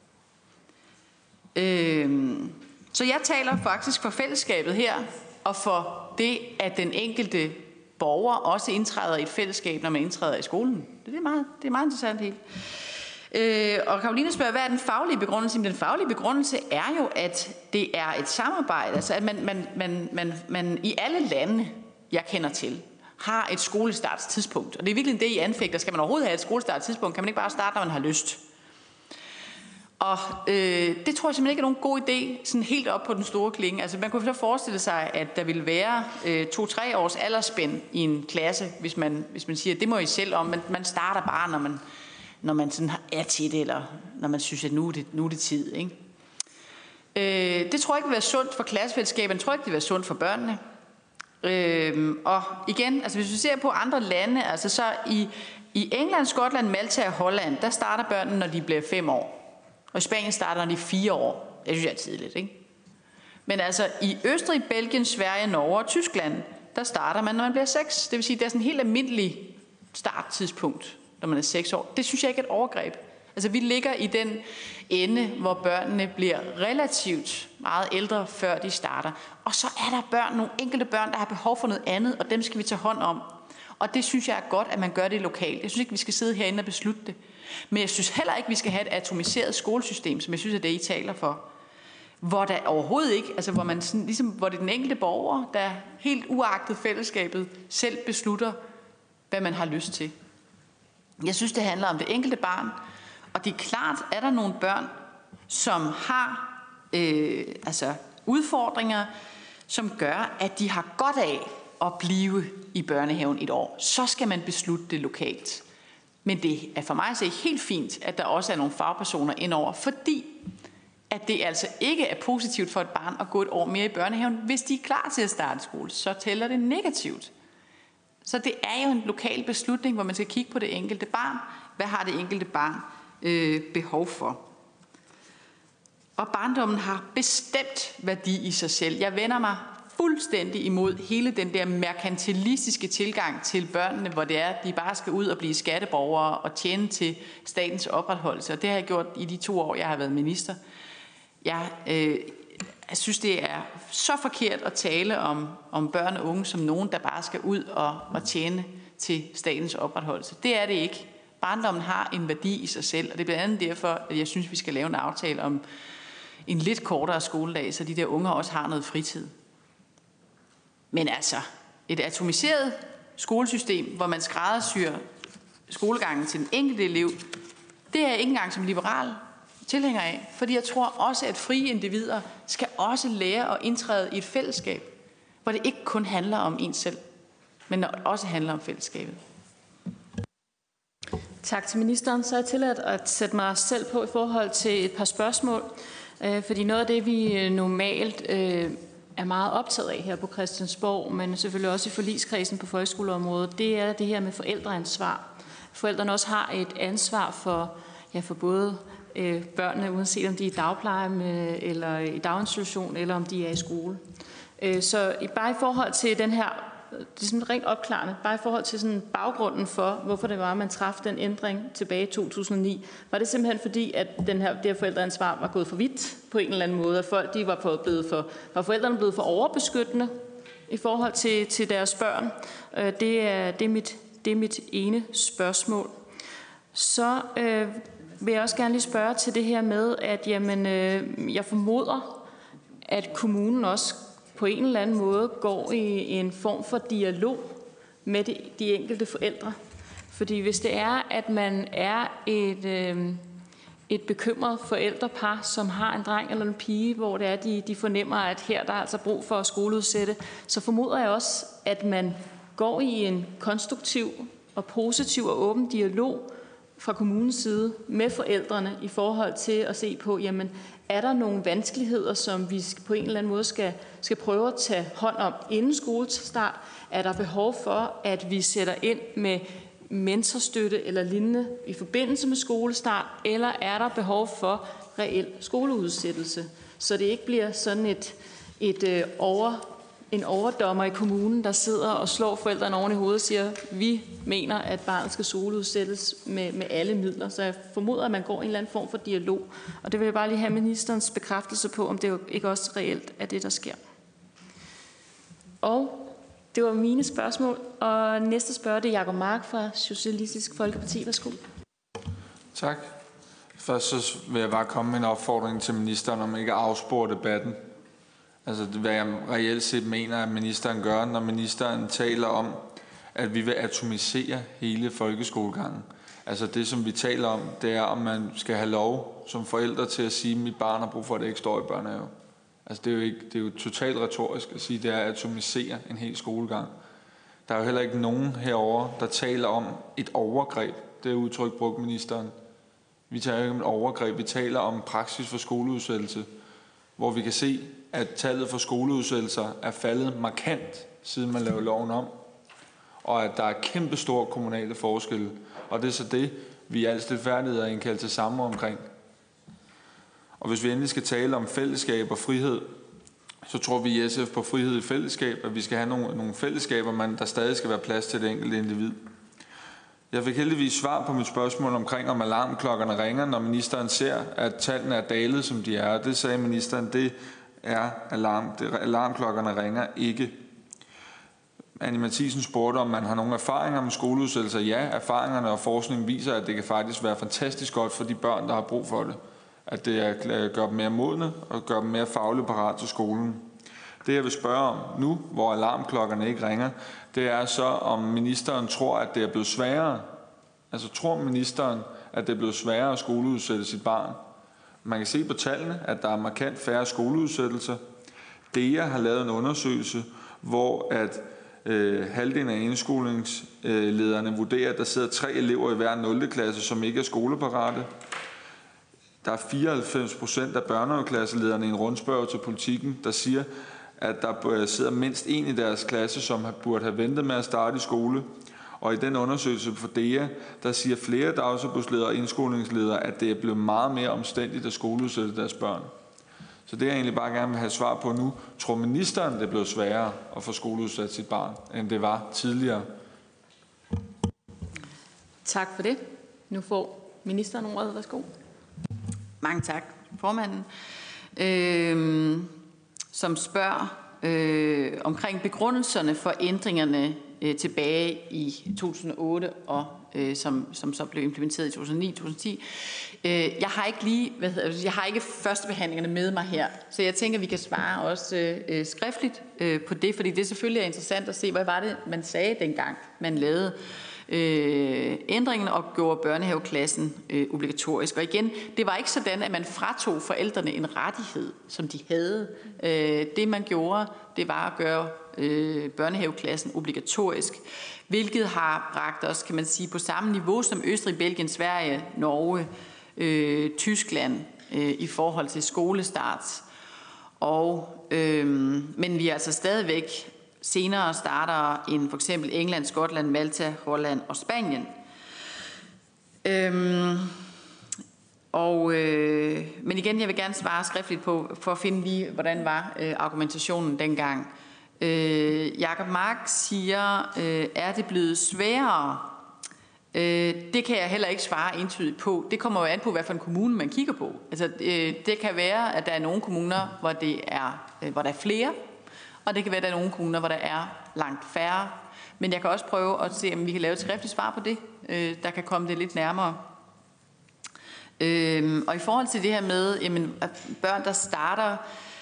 Øh, så jeg taler faktisk for fællesskabet her, og for det, at den enkelte borger også indtræder i et fællesskab, når man indtræder i skolen. Det er meget, det er meget interessant helt. Øh, og Karoline spørger, hvad er den faglige begrundelse? Men den faglige begrundelse er jo, at det er et samarbejde. Altså at man, man, man, man, man i alle lande, jeg kender til, har et skolestartstidspunkt. Og det er virkelig det, I anfægter. Skal man overhovedet have et skolestartstidspunkt, kan man ikke bare starte, når man har lyst. Og øh, det tror jeg simpelthen ikke er nogen god idé, sådan helt op på den store klinge. Altså man kunne så forestille sig, at der ville være øh, to-tre års aldersspænd i en klasse, hvis man, hvis man siger, at det må I selv om, men man starter bare, når man, når man sådan er til det, eller når man synes, at nu er det, nu er det tid. Ikke? Øh, det tror jeg ikke vil være sundt for klassefællesskabet, jeg tror ikke, det vil være sundt for børnene. Øh, og igen, altså hvis vi ser på andre lande, altså så i, i England, Skotland, Malta og Holland, der starter børnene, når de bliver fem år. Og i Spanien starter de fire år. Det synes jeg er tidligt, ikke? Men altså i Østrig, Belgien, Sverige, Norge og Tyskland, der starter man, når man bliver seks. Det vil sige, det er sådan en helt almindelig starttidspunkt, når man er seks år. Det synes jeg ikke er et overgreb. Altså vi ligger i den ende, hvor børnene bliver relativt meget ældre, før de starter. Og så er der børn, nogle enkelte børn, der har behov for noget andet, og dem skal vi tage hånd om. Og det synes jeg er godt, at man gør det lokalt. Jeg synes ikke, vi skal sidde herinde og beslutte det. Men jeg synes heller ikke, vi skal have et atomiseret skolesystem, som jeg synes er det, I taler for. Hvor der overhovedet ikke, altså hvor man sådan, ligesom, hvor det er den enkelte borger, der helt uagtet fællesskabet selv beslutter, hvad man har lyst til. Jeg synes, det handler om det enkelte barn. Og det er klart, er der nogle børn, som har øh, altså udfordringer, som gør, at de har godt af at blive i børnehaven et år. Så skal man beslutte det lokalt. Men det er for mig at se helt fint, at der også er nogle fagpersoner indover, fordi at det altså ikke er positivt for et barn at gå et år mere i børnehaven. Hvis de er klar til at starte skole, så tæller det negativt. Så det er jo en lokal beslutning, hvor man skal kigge på det enkelte barn. Hvad har det enkelte barn øh, behov for? Og barndommen har bestemt værdi i sig selv. Jeg vender mig fuldstændig imod hele den der merkantilistiske tilgang til børnene, hvor det er, at de bare skal ud og blive skatteborgere og tjene til statens opretholdelse. Og det har jeg gjort i de to år, jeg har været minister. Jeg, øh, jeg synes, det er så forkert at tale om, om børn og unge som nogen, der bare skal ud og, og tjene til statens opretholdelse. Det er det ikke. Barndommen har en værdi i sig selv, og det er blandt andet derfor, at jeg synes, vi skal lave en aftale om en lidt kortere skoledag, så de der unger også har noget fritid. Men altså, et atomiseret skolesystem, hvor man skræddersyr skolegangen til den enkelte elev, det er jeg ikke engang som liberal tilhænger af. Fordi jeg tror også, at frie individer skal også lære at indtræde i et fællesskab. hvor det ikke kun handler om en selv, men også handler om fællesskabet. Tak til ministeren. Så er jeg tilladt at sætte mig selv på i forhold til et par spørgsmål. Fordi noget af det, vi normalt er meget optaget af her på Christiansborg, men selvfølgelig også i forligskredsen på folkeskoleområdet, det er det her med forældreansvar. Forældrene også har et ansvar for, ja, for både øh, børnene, uanset om de er i dagpleje med, eller i daginstitution, eller om de er i skole. Øh, så bare i forhold til den her, det er sådan rent opklarende, bare i forhold til sådan baggrunden for, hvorfor det var, at man træffede den ændring tilbage i to tusind og ni, var det simpelthen fordi, at den her, det her forældreansvar var gået for vidt på en eller anden måde, at folk de var, blevet for, var forældrene blevet for overbeskyttende i forhold til, til deres børn. Øh, det, er, det, er mit, det er mit ene spørgsmål. Så øh, vil jeg også gerne lige spørge til det her med, at jamen, øh, jeg formoder, at kommunen også på en eller anden måde går i en form for dialog med de, de enkelte forældre. Fordi hvis det er, at man er et, øh, et bekymret forældrepar, som har en dreng eller en pige, hvor det er, de, de fornemmer, at her der er altså brug for at skoleudsætte, så formoder jeg også, at man går i en konstruktiv og positiv og åben dialog fra kommunens side med forældrene i forhold til at se på, jamen, er der nogle vanskeligheder, som vi på en eller anden måde skal, skal prøve at tage hånd om inden skolestart? Er der behov for, at vi sætter ind med mentorstøtte eller lignende i forbindelse med skolestart? Eller er der behov for reel skoleudsættelse? Så det ikke bliver sådan et, et øh, over... en overdommer i kommunen, der sidder og slår forældrene oven i hovedet og siger, vi mener, at barnet skal skoleudsættes med, med alle midler. Så jeg formoder, at man går en eller anden form for dialog. Og det vil jeg bare lige have ministerens bekræftelse på, om det jo ikke også reelt er det, der sker. Og det var mine spørgsmål. Og næste spørger, det er Jacob Mark fra Socialistisk Folkeparti. Værsgo. Tak. Først så vil jeg bare komme med en opfordring til ministeren om ikke at afspore debatten. Altså hvad jeg reelt set mener, at ministeren gør, når ministeren taler om, at vi vil atomisere hele folkeskolegangen. Altså det, som vi taler om, det er, om man skal have lov som forældre til at sige, at mit barn har brug for, at det ikke står i børnehave. Altså det er jo, ikke, det er jo totalt retorisk at sige, at det er at atomisere en hel skolegang. Der er jo heller ikke nogen herover, der taler om et overgreb. Det er udtryk brugt ministeren. Vi taler ikke om et overgreb, vi taler om praksis for skoleudsættelse, hvor vi kan se, at tallet for skoleudsættelser er faldet markant, siden man lavede loven om, og at der er kæmpe store kommunale forskelle. Og det er så det, vi i al stilfærdighed er indkaldt til sammen omkring. Og hvis vi endelig skal tale om fællesskab og frihed, så tror vi i S F på frihed i fællesskab, at vi skal have nogle, nogle fællesskaber, men der stadig skal være plads til det enkelte individ. Jeg fik heldigvis svar på mit spørgsmål omkring, om alarmklokkerne ringer, når ministeren ser, at tallene er dalet, som de er. Det sagde ministeren, det er alarm. Det, alarmklokkerne ringer ikke. Annie Mathisen spurgte, om man har nogle erfaringer med skoleudsættelser. Ja, erfaringerne og forskningen viser, at det kan faktisk være fantastisk godt for de børn, der har brug for det. At det gør dem mere modne og gør dem mere fagligt parat til skolen. Det jeg vil spørge om nu, hvor alarmklokkerne ikke ringer, det er så, om ministeren tror, at det er blevet sværere. Altså tror ministeren, at det er blevet sværere at skoleudsætte sit barn? Man kan se på tallene, at der er markant færre skoleudsættelser. D E A har lavet en undersøgelse, hvor at øh, halvdelen af indskolingslederne vurderer, at der sidder tre elever i hver nul klasse, som ikke er skoleparate. Der er fireoghalvfems procent af børnehaveklasselederne i en rundspørg til Politikken, der siger, at der sidder mindst en i deres klasse, som burde have ventet med at starte i skole. Og i den undersøgelse for D E A, der siger flere dagtilbudsledere og indskolingsledere, at det er blevet meget mere omstændigt at skoleudsætte deres børn. Så det jeg egentlig bare gerne vil have svar på nu. Tror ministeren, det er blevet sværere at få skoleudsat sit barn, end det var tidligere? Tak for det. Nu får ministeren ordet. Værsgo. Mange tak, formanden. Øh, som spørger øh, omkring begrundelserne for ændringerne øh, tilbage i to tusind og otte, og øh, som, som så blev implementeret i to tusind og ni til to tusind og ti. Øh, jeg har ikke lige, hvad hedder, jeg har ikke førstebehandlingerne med mig her, så jeg tænker, vi kan svare også øh, skriftligt øh, på det, fordi det selvfølgelig er interessant at se, hvad var det, man sagde dengang, man lavede øh, ændringen og gjorde børnehaveklassen øh, obligatorisk. Og igen, det var ikke sådan, at man fratog forældrene en rettighed, som de havde. Øh, det man gjorde, det var at gøre øh, børnehaveklassen obligatorisk, hvilket har bragt os, kan man sige, på samme niveau som Østrig, Belgien, Sverige, Norge, øh, Tyskland øh, i forhold til skolestart. Og, øh, men vi er altså stadigvæk senere starter end for eksempel England, Skotland, Malta, Holland og Spanien. Øhm, og, øh, men igen, jeg vil gerne svare skriftligt på, for at finde lige, hvordan var øh, argumentationen dengang. Øh, Jakob Mark siger, øh, er det blevet sværere? Øh, det kan jeg heller ikke svare entydigt på. Det kommer jo an på, hvad for en kommune man kigger på. Altså, øh, det kan være, at der er nogle kommuner, hvor, det er, øh, hvor der er flere, og det kan være, at der er nogle kommuner, hvor der er langt færre. Men jeg kan også prøve at se, om vi kan lave et skriftligt svar på det, øh, der kan komme det lidt nærmere. Øh, og i forhold til det her med jamen, at børn, der starter...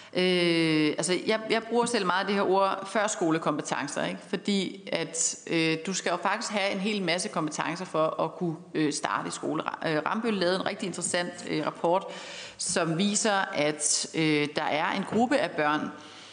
Øh, altså jeg, jeg bruger selv meget det her ord førskolekompetencer, ikke? Fordi at øh, du skal jo faktisk have en hel masse kompetencer for at kunne øh, starte i skole. Øh, Rambøll lavede en rigtig interessant øh, rapport, som viser, at øh, der er en gruppe af børn,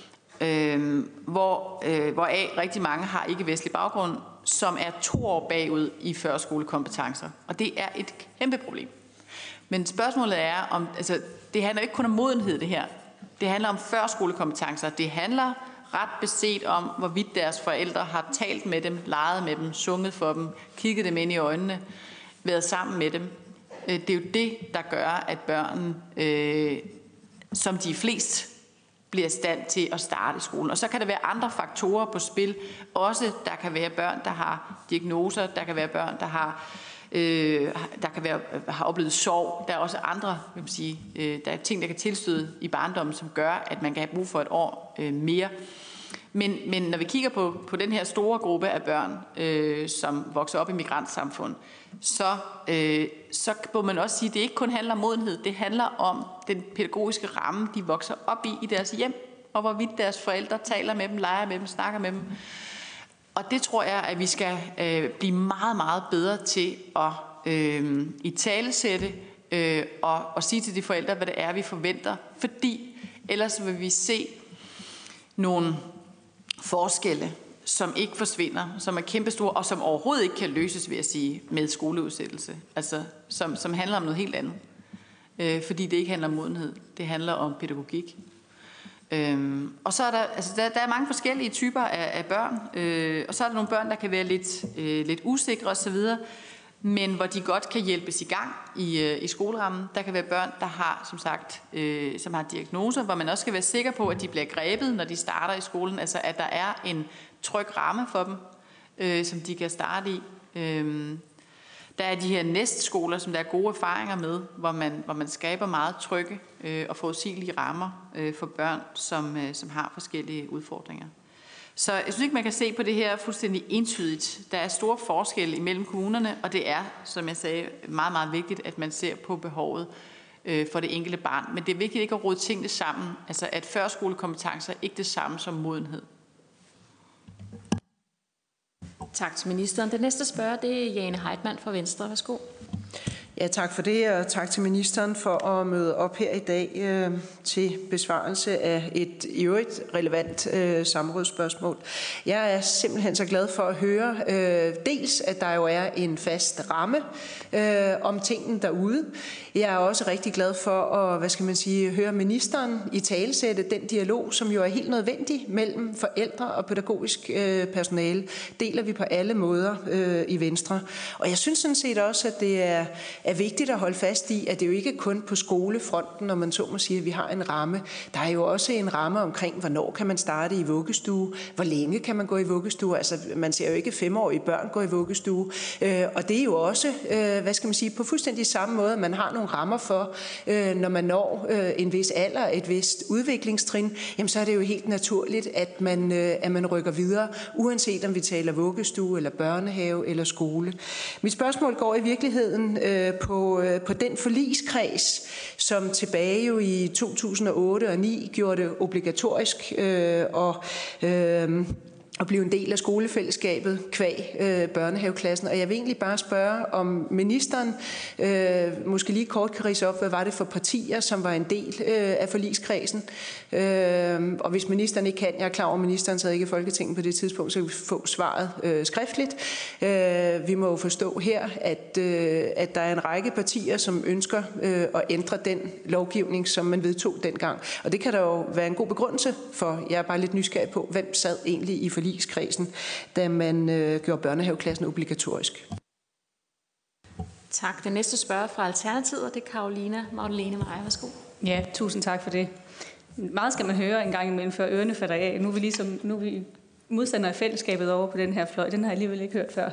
øh, hvor, øh, hvoraf rigtig mange har ikke-vestlig baggrund, som er to år bagud i førskolekompetencer. Og det er et kæmpe problem. Men spørgsmålet er, om altså, det handler ikke kun om modenhed, det her. Det handler om førskolekompetencer. Det handler ret beset om, hvorvidt deres forældre har talt med dem, leget med dem, sunget for dem, kigget dem ind i øjnene, været sammen med dem. Det er jo det, der gør, at børn, øh, som de flest, bliver i stand til at starte i skolen. Og så kan der være andre faktorer på spil. Også der kan være børn, der har diagnoser. Der kan være børn, der har... Øh, der kan være, har oplevet sorg. Der er også andre, vil man sige, øh, der er ting, der kan tilstøde i barndommen, som gør, at man kan have brug for et år øh, mere. Men, men når vi kigger på, på den her store gruppe af børn, øh, som vokser op i migrantsamfund, så, øh, så må man også sige, at det ikke kun handler om modenhed. Det handler om den pædagogiske ramme, de vokser op i i deres hjem, og hvorvidt deres forældre taler med dem, leger med dem, snakker med dem. Og det tror jeg, at vi skal øh, blive meget, meget bedre til at øh, italesætte øh, og, og sige til de forældre, hvad det er, vi forventer. Fordi ellers vil vi se nogle forskelle, som ikke forsvinder, som er kæmpestore, og som overhovedet ikke kan løses, vil jeg sige, med skoleudsættelse. Altså, som, som handler om noget helt andet. Øh, fordi det ikke handler om modenhed, det handler om pædagogik. Øhm, og så er der, altså der, der er mange forskellige typer af, af børn, øh, og så er der nogle børn, der kan være lidt, øh, lidt usikre osv., men hvor de godt kan hjælpes i gang i, øh, i skolerammen. Der kan være børn, der har, som sagt, øh, som har diagnoser, hvor man også skal være sikker på, at de bliver grebet, når de starter i skolen, altså at der er en tryg ramme for dem, øh, som de kan starte i. Øh, Der er de her næstskoler, som der er gode erfaringer med, hvor man, hvor man skaber meget trygge øh, og forudsigelige rammer øh, for børn, som, øh, som har forskellige udfordringer. Så jeg synes ikke, man kan se på det her fuldstændig entydigt. Der er store forskelle imellem kommunerne, og det er, som jeg sagde, meget, meget vigtigt, at man ser på behovet øh, for det enkelte barn. Men det er vigtigt ikke at rode tingene sammen, altså at førskolekompetencer er ikke det samme som modenhed. Tak til ministeren. Den næste spørger, det er Jane Heitmann fra Venstre. Værsgo. Ja, tak for det, og tak til ministeren for at møde op her i dag øh, til besvarelse af et i øvrigt relevant øh, samrådsspørgsmål. Jeg er simpelthen så glad for at høre øh, dels, at der jo er en fast ramme øh, om tingene derude. Jeg er også rigtig glad for at, hvad skal man sige, høre ministeren i talesætte den dialog, som jo er helt nødvendig mellem forældre og pædagogisk øh, personale. Deler vi på alle måder øh, i Venstre. Og jeg synes sådan set også, at det er er vigtigt at holde fast i, at det jo ikke kun på skolefronten, når man så må sige, at vi har en ramme. Der er jo også en ramme omkring, hvornår kan man starte i vuggestue, hvor længe kan man gå i vuggestue. Altså, man ser jo ikke femårige børn gå i vuggestue. Øh, og det er jo også, øh, hvad skal man sige, på fuldstændig samme måde, man har nogle rammer for, øh, når man når øh, en vis alder, et vist udviklingstrin, jamen så er det jo helt naturligt, at man, øh, at man rykker videre, uanset om vi taler vuggestue, eller børnehave, eller skole. Mit spørgsmål går i virkeligheden øh, På, på den forligskreds, som tilbage jo i to tusind og otte og ni gjorde det obligatorisk øh, og øh, at blive en del af skolefællesskabet kvæg øh, børnehaveklassen. Og jeg vil egentlig bare spørge, om ministeren øh, måske lige kort kan ridse op, hvad var det for partier, som var en del øh, af forligskredsen. Øh, og hvis ministeren ikke kan, jeg er klar over, at ministeren sad ikke i Folketinget på det tidspunkt, så kan vi få svaret øh, skriftligt. Øh, vi må jo forstå her, at, øh, at der er en række partier, som ønsker øh, at ændre den lovgivning, som man vedtog dengang. Og det kan der jo være en god begrundelse for. Jeg er bare lidt nysgerrig på, hvem sad egentlig i forligskredsen, da man øh, gjorde børnehaveklassen obligatorisk. Tak. Den næste spørger fra Alternativet, det er Carolina Magdalene Meyer. Værsgo. Ja, tusind tak for det. Meget skal man høre en gang imellem, før ørerne falder af. Nu er vi ligesom, nu er vi modstandere af fællesskabet over på den her fløj. Den har jeg alligevel ikke hørt før.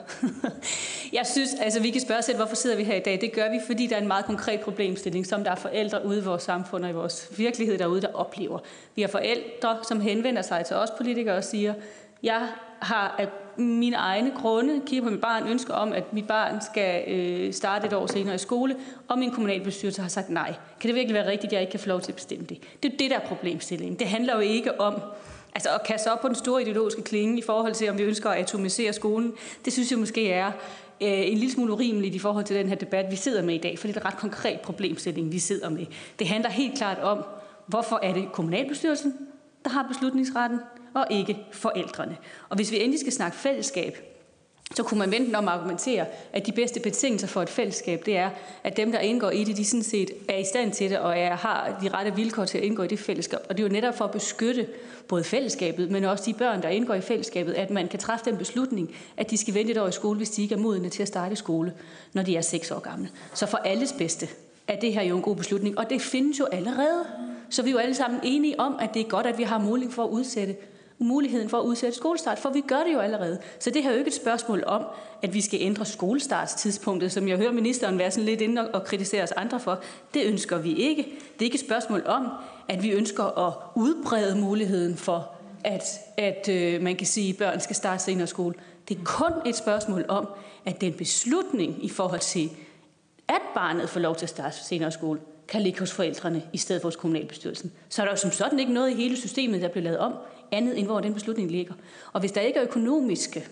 Jeg synes, altså vi kan spørge selv, hvorfor sidder vi her i dag? Det gør vi, fordi der er en meget konkret problemstilling, som der er forældre ude i vores samfund og i vores virkelighed derude, der oplever. Vi har forældre, som henvender sig til os politikere og siger, jeg har af mine egne grunde kigget på mit barn, ønsker om, at mit barn skal øh, starte et år senere i skole, og min kommunalbestyrelse har sagt nej. Kan det virkelig være rigtigt, at jeg ikke kan få lov til at bestemme det? Det er jo det, der er problemstillingen. Det handler jo ikke om altså at kaste op på den store ideologiske klinge i forhold til, om vi ønsker at atomisere skolen. Det synes jeg måske er øh, en lille smule urimeligt i forhold til den her debat, vi sidder med i dag, for det er et ret konkret problemstilling, vi sidder med. Det handler helt klart om, hvorfor er det kommunalbestyrelsen, der har beslutningsretten, og ikke forældrene. Og hvis vi endelig skal snakke fællesskab, så kunne man vente om at argumentere, at de bedste betingelser for et fællesskab, det er, at dem, der indgår i det, de sådan set er i stand til det, og er, har de rette vilkår til at indgå i det fællesskab. Og det er jo netop for at beskytte både fællesskabet, men også de børn, der indgår i fællesskabet, at man kan træffe den beslutning, at de skal vente et år i skole, hvis de ikke er modne til at starte i skole, når de er seks år gamle. Så for alles bedste er det her jo en god beslutning, og det findes jo allerede. Så vi er jo alle sammen enige om, at det er godt, at vi har mulighed for at udsætte muligheden for at udsætte skolestart, for vi gør det jo allerede. Så det her er jo ikke et spørgsmål om, at vi skal ændre skolestartstidspunktet, som jeg hører ministeren være sådan lidt inde og kritisere os andre for. Det ønsker vi ikke. Det er ikke et spørgsmål om, at vi ønsker at udbrede muligheden for, at, at øh, man kan sige, at børn skal starte senere skole. Det er kun et spørgsmål om, at den beslutning i forhold til, at barnet får lov til at starte senere skole, kan ligge hos forældrene i stedet for hos kommunalbestyrelsen. Så er der jo som sådan ikke noget i hele systemet, der bliver lavet om, andet end hvor den beslutning ligger. Og hvis der ikke er økonomiske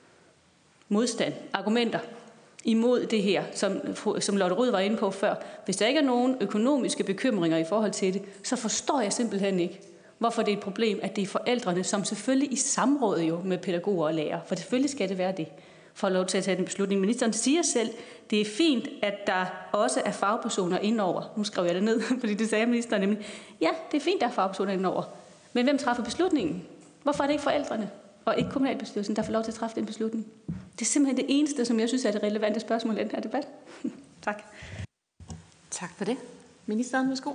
modstand, argumenter imod det her, som, som Lotte Rod var inde på før, hvis der ikke er nogen økonomiske bekymringer i forhold til det, så forstår jeg simpelthen ikke, hvorfor det er et problem, at det er forældrene, som selvfølgelig i samråd jo med pædagoger og lærere, for selvfølgelig skal det være det, får lov til at tage den beslutning. Ministeren siger selv, det er fint, at der også er fagpersoner indover. Nu skrev jeg det ned, fordi det sagde ministeren nemlig. Ja, det er fint, der er fagpersoner indover. Men hvem træffer beslutningen? Hvorfor er det ikke forældrene og ikke kommunalbestyrelsen, der får lov til at træffe den beslutning? Det er simpelthen det eneste, som jeg synes er det relevante spørgsmål i den her debat. Tak. Tak for det. Ministeren, værsgo.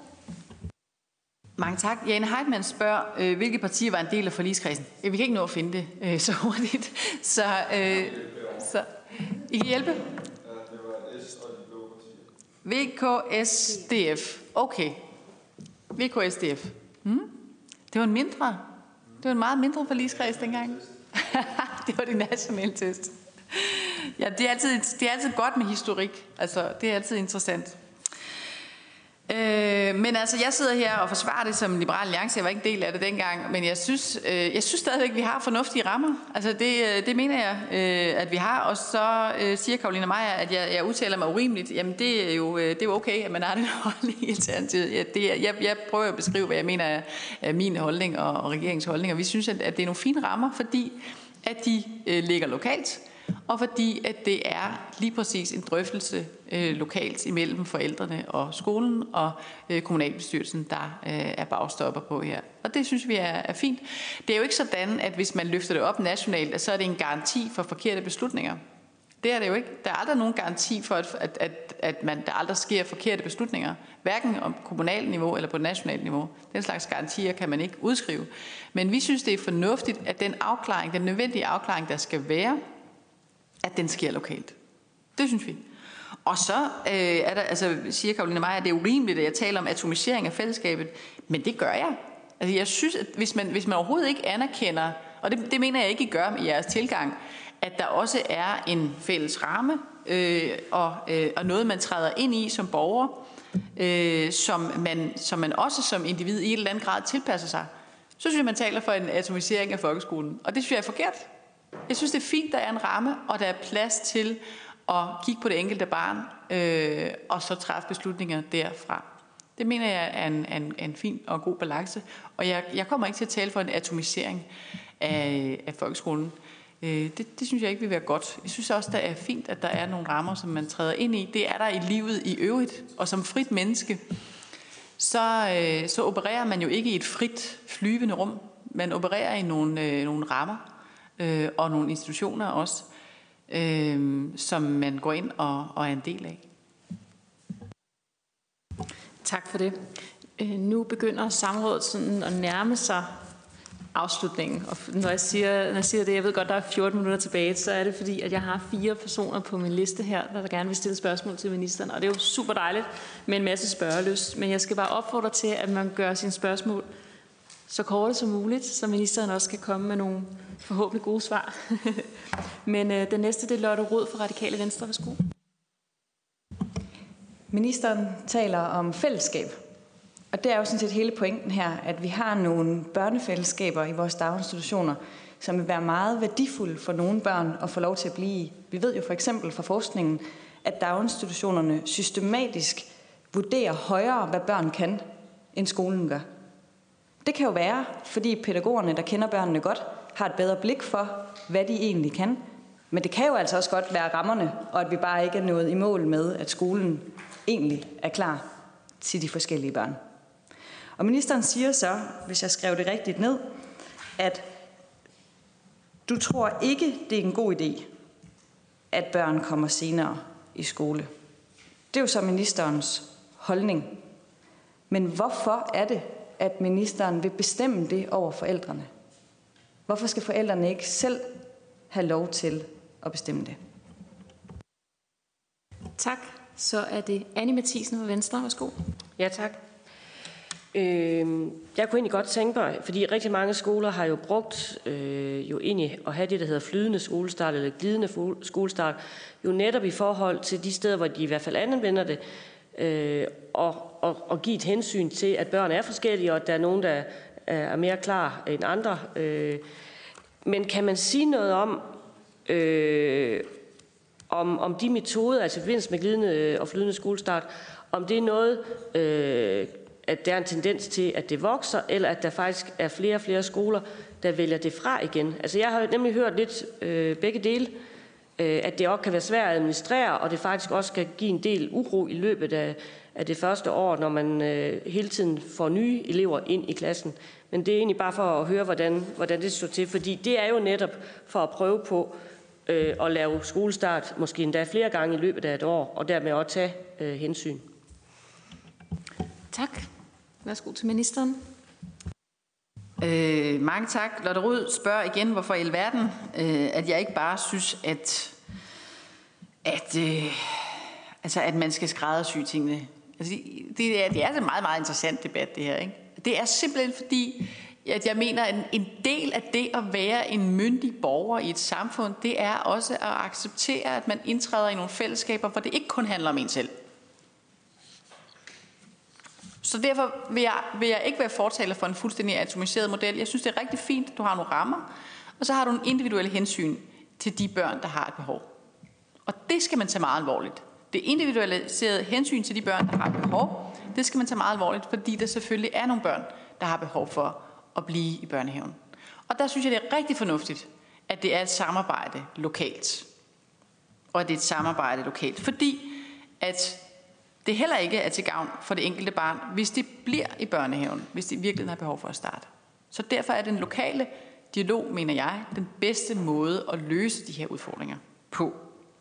Mange tak. Jane Heitmann spørger, øh, hvilke partier var en del af forligskredsen. Vi kan ikke nå at finde det øh, så hurtigt. Så, øh, så I kan hjælpe? V K S D F. Okay. V K S D F. Hmm? Det var en mindre. Det var en meget mindre forligskreds dengang. Det var de nationale test. Ja, det er, altid, det er altid godt med historik. Altså, det er altid interessant. Øh, men altså, jeg sidder her og forsvarer det som Liberal Alliance. Jeg var ikke en del af det dengang, men jeg synes, øh, jeg synes stadigvæk, at vi har fornuftige rammer. Altså, det, det mener jeg, øh, at vi har. Og så øh, siger Carolina Meyer, at jeg, jeg udtaler mig urimeligt. Jamen, det er jo, det er jo okay, at man har den holdning i Alternativet. Ja, det er, jeg, jeg prøver at beskrive, hvad jeg mener er, er min holdning og, og regeringens holdning. Og vi synes, at, at det er nogle fine rammer, fordi at de øh, ligger lokalt. Og fordi at det er lige præcis en drøftelse øh, lokalt imellem forældrene og skolen og øh, kommunalbestyrelsen, der øh, er bagstopper på her. Og det synes vi er, er fint. Det er jo ikke sådan, at hvis man løfter det op nationalt, så er det en garanti for forkerte beslutninger. Det er det jo ikke. Der er aldrig nogen garanti for, at, at, at, at man, der aldrig sker forkerte beslutninger. Hverken om kommunalt niveau eller på nationalt niveau. Den slags garantier kan man ikke udskrive. Men vi synes, det er fornuftigt, at den afklaring, den nødvendige afklaring, der skal være, at den sker lokalt. Det synes vi. Og så øh, er der, altså, siger Carolina Meyer, at det er urimeligt, at jeg taler om atomisering af fællesskabet. Men det gør jeg. Altså, jeg synes, at hvis man, hvis man overhovedet ikke anerkender, og det, det mener jeg ikke, I gør i jeres tilgang, at der også er en fælles ramme, øh, og, øh, og noget, man træder ind i som borger, øh, som, man, som man også som individ i et eller andet grad tilpasser sig, så synes jeg, man taler for en atomisering af folkeskolen. Og det synes jeg er forkert. Jeg synes, det er fint, der er en ramme, og der er plads til at kigge på det enkelte barn, øh, og så træffe beslutninger derfra. Det mener jeg er en, en, en fin og god balance. Og jeg, jeg kommer ikke til at tale for en atomisering af, af folkeskolen. Øh, det, det synes jeg ikke vil være godt. Jeg synes også, det er fint, at der er nogle rammer, som man træder ind i. Det er der i livet i øvrigt, og som frit menneske, så, øh, så opererer man jo ikke i et frit flyvende rum. Man opererer i nogle, øh, nogle rammer øh, og nogle institutioner også, øh, som man går ind og, og er en del af. Tak for det. Øh, nu begynder samrådet sådan at nærme sig afslutningen. Og når jeg, siger, når jeg siger det, jeg ved godt, der er fjorten minutter tilbage, så er det fordi, at jeg har fire personer på min liste her, der, der gerne vil stille spørgsmål til ministeren. Og det er jo super dejligt med en masse spørgelyst. Men jeg skal bare opfordre til, at man gør sine spørgsmål så korte som muligt, så ministeren også kan komme med nogle forhåbentlig gode svar. Men øh, den næste, det er Lotte Rod fra Radikale Venstre. Værsgo. Ministeren taler om fællesskab. Og det er jo sådan set hele pointen her, at vi har nogle børnefællesskaber i vores daginstitutioner, som vil være meget værdifulde for nogle børn at få lov til at blive i. Vi ved jo for eksempel fra forskningen, at daginstitutionerne systematisk vurderer højere, hvad børn kan, end skolen gør. Det kan jo være, fordi pædagogerne, der kender børnene godt, har et bedre blik for, hvad de egentlig kan. Men det kan jo altså også godt være rammerne, og at vi bare ikke er nået i mål med, at skolen egentlig er klar til de forskellige børn. Og ministeren siger så, hvis jeg skrev det rigtigt ned, at du tror ikke, det er en god idé, at børn kommer senere i skole. Det er jo så ministerens holdning. Men hvorfor er det, at ministeren vil bestemme det over forældrene? Hvorfor skal forældrene ikke selv have lov til at bestemme det? Tak. Så er det Annie Mathisen fra Venstre. Værsgo. Ja, tak. Øh, jeg kunne egentlig godt tænke mig, fordi rigtig mange skoler har jo brugt øh, jo egentlig at have det, der hedder flydende skolestart eller glidende skolestart, jo netop i forhold til de steder, hvor de i hvert fald anvender det, øh, og, og, og give et hensyn til, at børn er forskellige, og at der er nogen, der er mere klar end andre. Øh, men kan man sige noget om, øh, om, om de metoder, altså i forbindelse med glidende og flydende skolestart, om det er noget, øh, at der er en tendens til, at det vokser, eller at der faktisk er flere og flere skoler, der vælger det fra igen. Altså jeg har nemlig hørt lidt øh, begge dele, øh, at det også kan være svært at administrere, og det faktisk også kan give en del uro i løbet af, af det første år, når man øh, hele tiden får nye elever ind i klassen. Men det er egentlig bare for at høre, hvordan, hvordan det står til, fordi det er jo netop for at prøve på øh, at lave skolestart, måske endda flere gange i løbet af et år, og dermed også tage øh, hensyn. Tak. Værsgo til ministeren. Øh, mange tak. Lotte Rod spørger igen, hvorfor i alverden, øh, at jeg ikke bare synes, at, at, øh, altså, at man skal skræddersy tingene. Altså, det, er, det er altså en meget, meget interessant debat, det her. Ikke? Det er simpelthen fordi, at jeg mener, at en del af det at være en myndig borger i et samfund, det er også at acceptere, at man indtræder i nogle fællesskaber, hvor det ikke kun handler om en selv. Så derfor vil jeg, vil jeg ikke være fortaler for en fuldstændig atomiseret model. Jeg synes, det er rigtig fint, at du har nogle rammer, og så har du en individuelle hensyn til de børn, der har et behov. Og det skal man tage meget alvorligt. Det individualiserede hensyn til de børn, der har et behov, det skal man tage meget alvorligt, fordi der selvfølgelig er nogle børn, der har behov for at blive i børnehaven. Og der synes jeg, det er rigtig fornuftigt, at det er et samarbejde lokalt. Og at det er et samarbejde lokalt, fordi at det heller ikke er til gavn for det enkelte barn, hvis det bliver i børnehaven, hvis det virkelig har behov for at starte. Så derfor er den lokale dialog, mener jeg, den bedste måde at løse de her udfordringer på.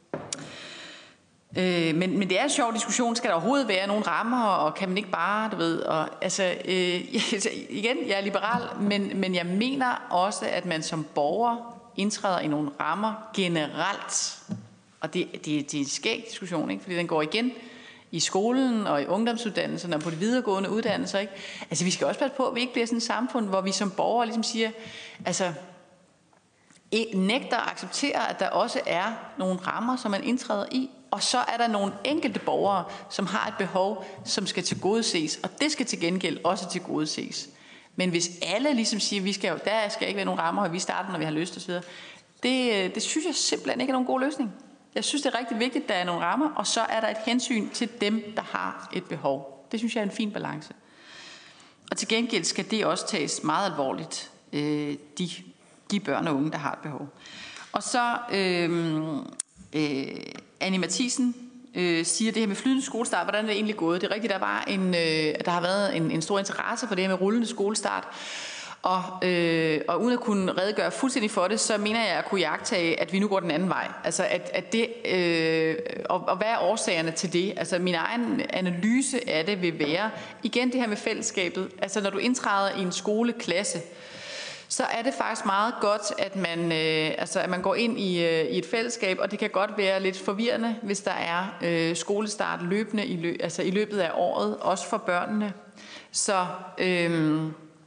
Øh, men, men det er en sjov diskussion. Skal der overhovedet være nogle rammer, og kan man ikke bare, du ved, og, altså, øh, igen, jeg er liberal, men, men jeg mener også, at man som borger indtræder i nogle rammer generelt. Og det, det, det er en skæg diskussion, ikke? Fordi den går igen i skolen og i ungdomsuddannelserne og på de videregående uddannelser. Ikke? Altså vi skal også passe på, at vi ikke bliver sådan et samfund, hvor vi som borgere ligesom siger, altså nægter at acceptere, at der også er nogle rammer, som man indtræder i, og så er der nogle enkelte borgere, som har et behov, som skal tilgodeses, og det skal til gengæld også tilgodeses. Men hvis alle ligesom siger, vi skal, der skal ikke være nogen rammer, og vi starter, når vi har lyst osv., det, det synes jeg simpelthen ikke er nogen god løsning. Jeg synes, det er rigtig vigtigt, at der er nogle rammer, og så er der et hensyn til dem, der har et behov. Det synes jeg er en fin balance. Og til gengæld skal det også tages meget alvorligt, øh, de, de børn og unge, der har et behov. Og så øh, øh, Annie Mathisen øh, siger det her med flydende skolestart, hvordan er det egentlig gået? Det er rigtigt, der, var en, øh, der har været en, en stor interesse for det her med rullende skolestart. Og, øh, og uden at kunne redegøre fuldstændig for det, så mener jeg at kunne jagtage, at vi nu går den anden vej. Altså at, at det, øh, og, og hvad er årsagerne til det? Altså min egen analyse af det vil være, igen det her med fællesskabet. Altså når du indtræder i en skoleklasse, så er det faktisk meget godt, at man, øh, altså, at man går ind i, øh, i et fællesskab, og det kan godt være lidt forvirrende, hvis der er øh, skolestart løbende i, lø, altså, i løbet af året, også for børnene. Så... Øh,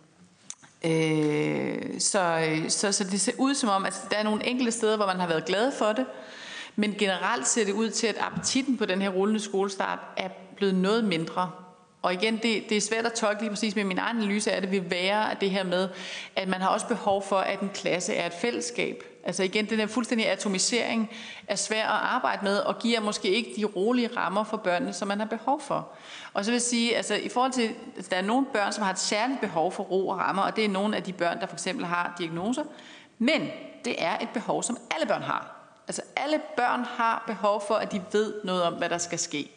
Øh, så, så, så det ser ud som om, at der er nogle enkelte steder, hvor man har været glad for det, men generelt ser det ud til, at appetitten på den her rullende skolestart er blevet noget mindre. Og igen, det, det er svært at tolke lige præcis, men min egen analyse af det vil være det her med, at man har også behov for, at en klasse er et fællesskab. Altså igen, den her fuldstændige atomisering er svær at arbejde med, og giver måske ikke de rolige rammer for børnene, som man har behov for. Og så vil jeg sige, altså i forhold til, at der er nogle børn, som har et særligt behov for ro og rammer, og det er nogle af de børn, der for eksempel har diagnoser, men det er et behov, som alle børn har. Altså alle børn har behov for, at de ved noget om, hvad der skal ske.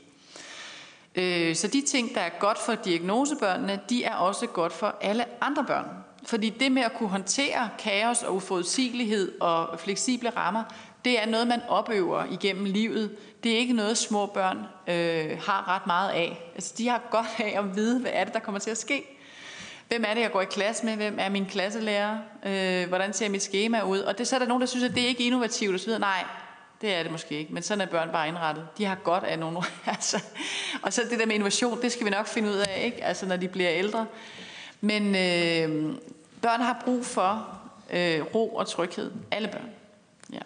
Så de ting, der er godt for diagnosebørnene, de er også godt for alle andre børn. Fordi det med at kunne håndtere kaos og uforudsigelighed og fleksible rammer, det er noget, man opøver igennem livet. Det er ikke noget, små børn øh, har ret meget af. Altså, de har godt af at vide, hvad er det, der kommer til at ske. Hvem er det, jeg går i klasse med? Hvem er min klasselærer? Øh, hvordan ser mit skema ud? Og det, så er der nogen, der synes, at det ikke er innovativt osv. Nej, det er det måske ikke, men sådan er børn bare indrettet. De har godt af nogle altså. Og så det der med innovation, det skal vi nok finde ud af, ikke? Altså når de bliver ældre. Men øh, børn har brug for øh, ro og tryghed. Alle børn. Ja.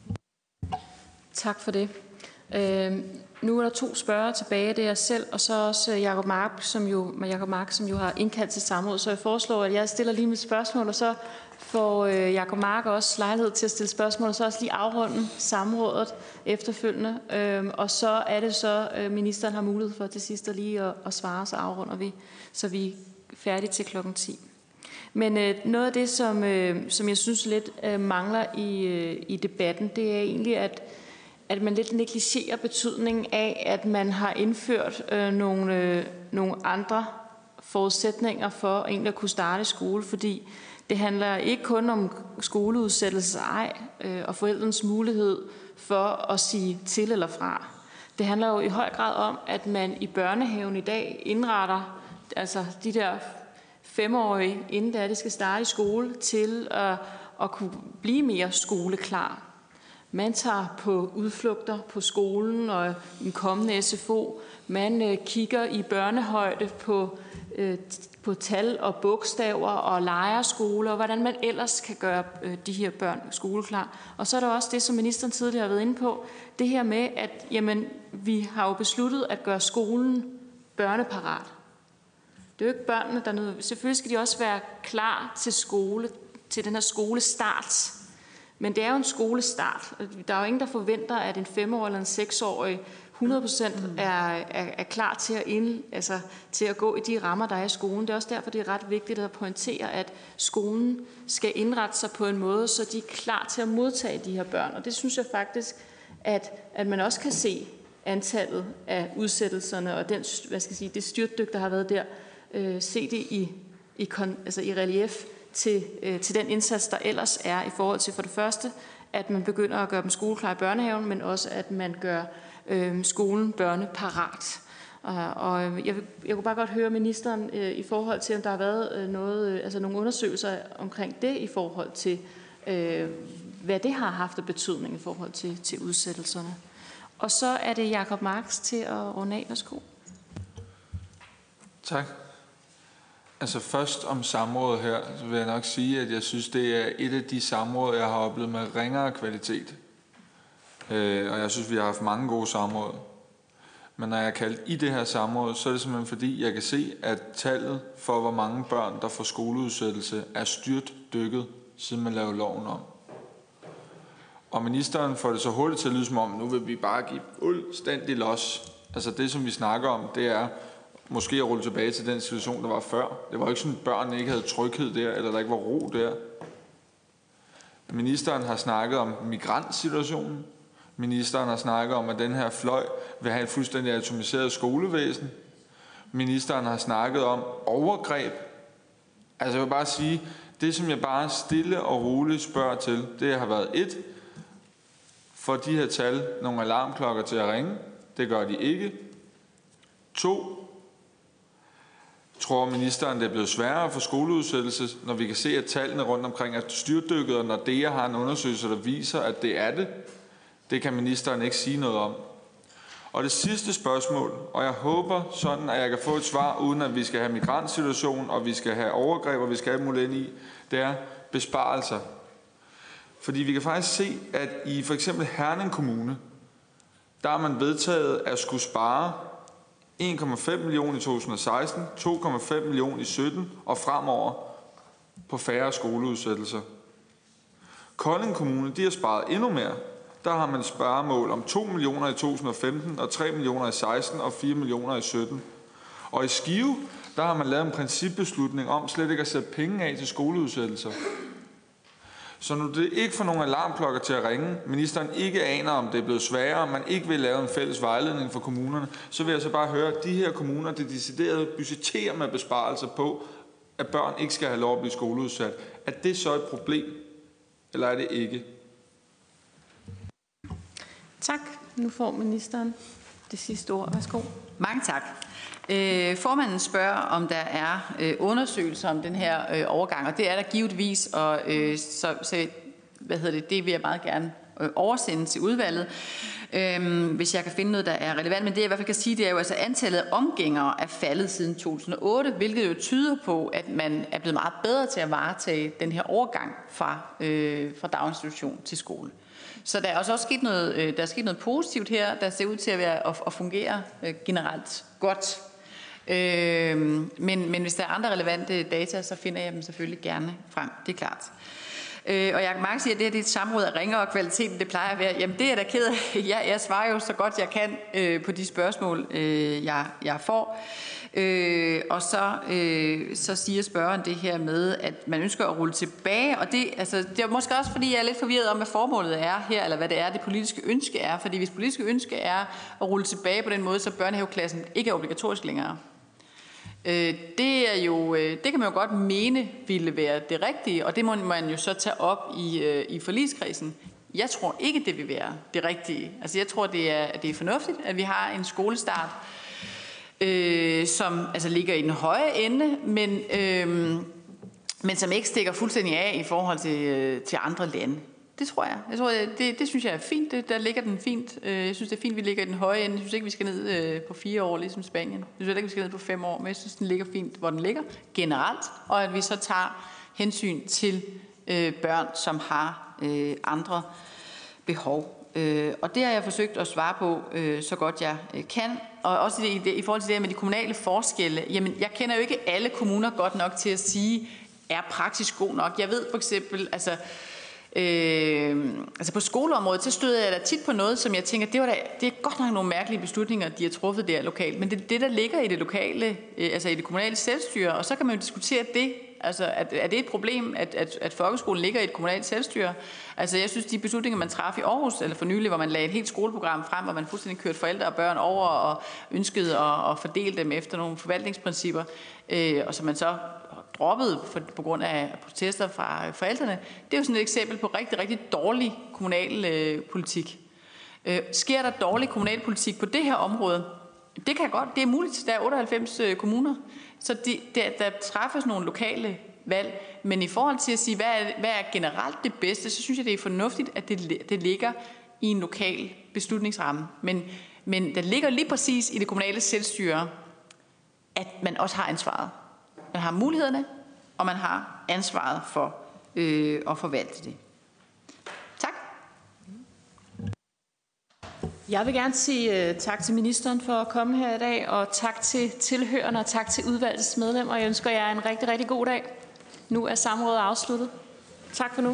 Tak for det. Øh, nu er der to spørgere tilbage, det er jeg selv, og så også Jacob Mark, som jo, Jacob Mark, som jo har indkaldt til samråd. Så jeg foreslår, at jeg stiller lige mit spørgsmål, og så får øh, Jacob Mark også lejlighed til at stille spørgsmål, og så også lige afrunde samrådet efterfølgende. Øh, og så er det så, øh, ministeren har mulighed for til sidst at lige at, at svare, så afrunder vi, så vi er færdige til klokken ti. Men øh, noget af det, som, øh, som jeg synes lidt øh, mangler i, øh, i debatten, det er egentlig, at, at man lidt negligerer betydningen af, at man har indført øh, nogle, øh, nogle andre forudsætninger for egentlig at kunne starte i skole, fordi det handler ikke kun om skoleudsættelse ej, øh, og forældrens mulighed for at sige til eller fra. Det handler jo i høj grad om, at man i børnehaven i dag indretter altså de der femårige, inden der de skal starte i skole, til at, at kunne blive mere skoleklar. Man tager på udflugter på skolen og en kommende S F O. Man øh, kigger i børnehøjde på, øh, på tal og bogstaver og lejerskoler, og hvordan man ellers kan gøre øh, de her børn skoleklar. Og så er der også det, som ministeren tidligere har været inde på, det her med, at jamen, vi har jo besluttet at gøre skolen børneparat. Det er jo ikke børnene, der nød. Selvfølgelig skal de også være klar til skole, til den her skolestart. Men det er jo en skolestart. Der er jo ingen, der forventer, at en femårig eller en seksårig hundrede procent er, er, er klar til at, ind, altså, til at gå i de rammer, der er i skolen. Det er også derfor, det er ret vigtigt at pointere, at skolen skal indrette sig på en måde, så de er klar til at modtage de her børn. Og det synes jeg faktisk, at, at man også kan se antallet af udsættelserne og den, hvad skal jeg sige, det styrtdyk, der har været der, øh, se det i, i, altså i relief til, øh, til den indsats, der ellers er i forhold til for det første, at man begynder at gøre dem skoleklar i børnehaven, men også at man gør øh, skolen børneparat. Og, og jeg, jeg kunne bare godt høre ministeren øh, i forhold til, om der har været øh, noget, øh, altså nogle undersøgelser omkring det i forhold til, øh, hvad det har haft af betydning i forhold til, til udsættelserne. Og så er det Jacob Marks til at runde af. Værsgo. Tak. Altså først om samrådet her, så vil jeg nok sige, at jeg synes, det er et af de samråd, jeg har oplevet med ringere kvalitet. Øh, og jeg synes, vi har haft mange gode samråd. Men når jeg er kaldt i det her samråd, så er det simpelthen fordi, jeg kan se, at tallet for, hvor mange børn, der får skoleudsættelse, er styrt dykket, siden man lavede loven om. Og ministeren får det så hurtigt til at lyde som om, nu vil vi bare give fuldstændig los. Altså det, som vi snakker om, det er måske at rulle tilbage til den situation, der var før. Det var ikke sådan, at børnene ikke havde tryghed der, eller der ikke var ro der. Ministeren har snakket om migrantsituationen. Ministeren har snakket om, at den her fløj vil have et fuldstændig atomiseret skolevæsen. Ministeren har snakket om overgreb. Altså jeg vil bare sige, det som jeg bare stille og roligt spørger til, det har været et, for de her tal nogle alarmklokker til at ringe. Det gør de ikke. To, tror ministeren, det er blevet sværere for skoleudsættelse, når vi kan se, at tallene rundt omkring er styrtdykket, og når D E A har en undersøgelse, der viser, at det er det. Det kan ministeren ikke sige noget om. Og det sidste spørgsmål, og jeg håber sådan, at jeg kan få et svar, uden at vi skal have migrantsituation, og vi skal have overgreb, og vi skal have muligt ind i, det er besparelser. Fordi vi kan faktisk se, at i for eksempel Herning Kommune, der har man vedtaget at skulle spare en komma fem millioner i to tusind og seksten, to komma fem millioner i sytten og fremover på færre skoleudsættelser. Kolding Kommune, de har sparet endnu mere. Der har man sparemål om to millioner i to tusind og femten, og tre millioner i seksten og fire millioner i sytten. Og i Skive, der har man lavet en principbeslutning om slet ikke at sætte penge af til skoleudsættelser. Så nu det ikke får nogle alarmklokker til at ringe, ministeren ikke aner, om det er blevet sværere, om man ikke vil lave en fælles vejledning for kommunerne, så vil jeg så bare høre, at de her kommuner, det deciderede budgetterer med besparelser på, at børn ikke skal have lov at blive skoleudsat. Er det så et problem, eller er det ikke? Tak. Nu får ministeren det sidste ord. Værsgo. Mange tak. Øh, formanden spørger, om der er øh, undersøgelser om den her øh, overgang, og det er der givetvis, og øh, så, så hvad hedder det, det vil jeg meget gerne øh, oversende til udvalget, øh, hvis jeg kan finde noget, der er relevant. Men det jeg i hvert fald kan sige, det er jo altså, antallet af omgængere er faldet siden to tusind og otte, hvilket jo tyder på, at man er blevet meget bedre til at varetage den her overgang fra, øh, fra daginstitution til skole. Så der er også sket noget, der er sket noget positivt her, der ser ud til at, være, at, at fungere generelt godt. Øh, men, men hvis der er andre relevante data, så finder jeg dem selvfølgelig gerne frem. Det er klart. Øh, og jeg kan sige, at det her det er et samråd af ringere kvaliteten, det plejer at være. Jamen det er da ked af. Jeg, jeg svarer jo så godt jeg kan øh, på de spørgsmål, øh, jeg, jeg får. Øh, og så, øh, så siger spørgeren det her med, at man ønsker at rulle tilbage, og det, altså, det er måske også fordi, jeg er lidt forvirret om, hvad formålet er her, eller hvad det er, det politiske ønske er. Fordi hvis politiske ønske er at rulle tilbage på den måde, så børnehaveklassen ikke er obligatorisk længere. Øh, det, er jo, det kan man jo godt mene ville være det rigtige, og det må man jo så tage op i, i forligskredsen. Jeg tror ikke, det vil være det rigtige. Altså jeg tror, det er, det er fornuftigt, at vi har en skolestart, Øh, som altså ligger i den høje ende, men, øh, men som ikke stikker fuldstændig af i forhold til, øh, til andre lande. Det tror jeg. jeg tror, det, det synes jeg er fint. Det, der ligger den fint. Jeg synes, det er fint, vi ligger i den høje ende. Jeg synes ikke, vi skal ned øh, på fire år, ligesom Spanien. Jeg synes ikke, vi skal ned på fem år, men jeg synes, den ligger fint, hvor den ligger generelt. Og at vi så tager hensyn til øh, børn, som har øh, andre behov. Øh, og det har jeg forsøgt at svare på, øh, så godt jeg øh, kan. Og også i, det, i forhold til det med de kommunale forskelle. Jamen, jeg kender jo ikke alle kommuner godt nok til at sige, er praksis god nok. Jeg ved for eksempel, altså, øh, altså på skoleområdet, så støder jeg da tit på noget, som jeg tænker, det, var da, det er godt nok nogle mærkelige beslutninger, de har truffet der lokalt. Men det det, der ligger i det lokale, øh, altså i det kommunale selvstyre, og så kan man jo diskutere det. Altså, er, er det et problem, at, at, at folkeskolen ligger i et kommunalt selvstyre? Altså, jeg synes, de beslutninger, man traf i Aarhus, eller for nylig, hvor man lagde et helt skoleprogram frem, hvor man fuldstændig kørte forældre og børn over og ønskede at, at fordele dem efter nogle forvaltningsprincipper, øh, og som man så droppede for, på grund af protester fra forældrene, det er jo sådan et eksempel på rigtig, rigtig dårlig kommunal øh, politik. Øh, sker der dårlig kommunalpolitik på det her område? Det kan godt, det er muligt. Der er otteoghalvfems øh, kommuner, så de, der, der træffes nogle lokale valg. Men i forhold til at sige, hvad er, hvad er generelt det bedste, så synes jeg, det er fornuftigt, at det, det ligger i en lokal beslutningsramme. Men, men der ligger lige præcis i det kommunale selvstyre, at man også har ansvaret. Man har mulighederne, og man har ansvaret for øh, at forvalte det. Tak. Jeg vil gerne sige uh, tak til ministeren for at komme her i dag, og tak til tilhørerne og tak til udvalgets medlemmer. Jeg ønsker jer en rigtig, rigtig god dag. Nu er samrådet afsluttet. Tak for nu.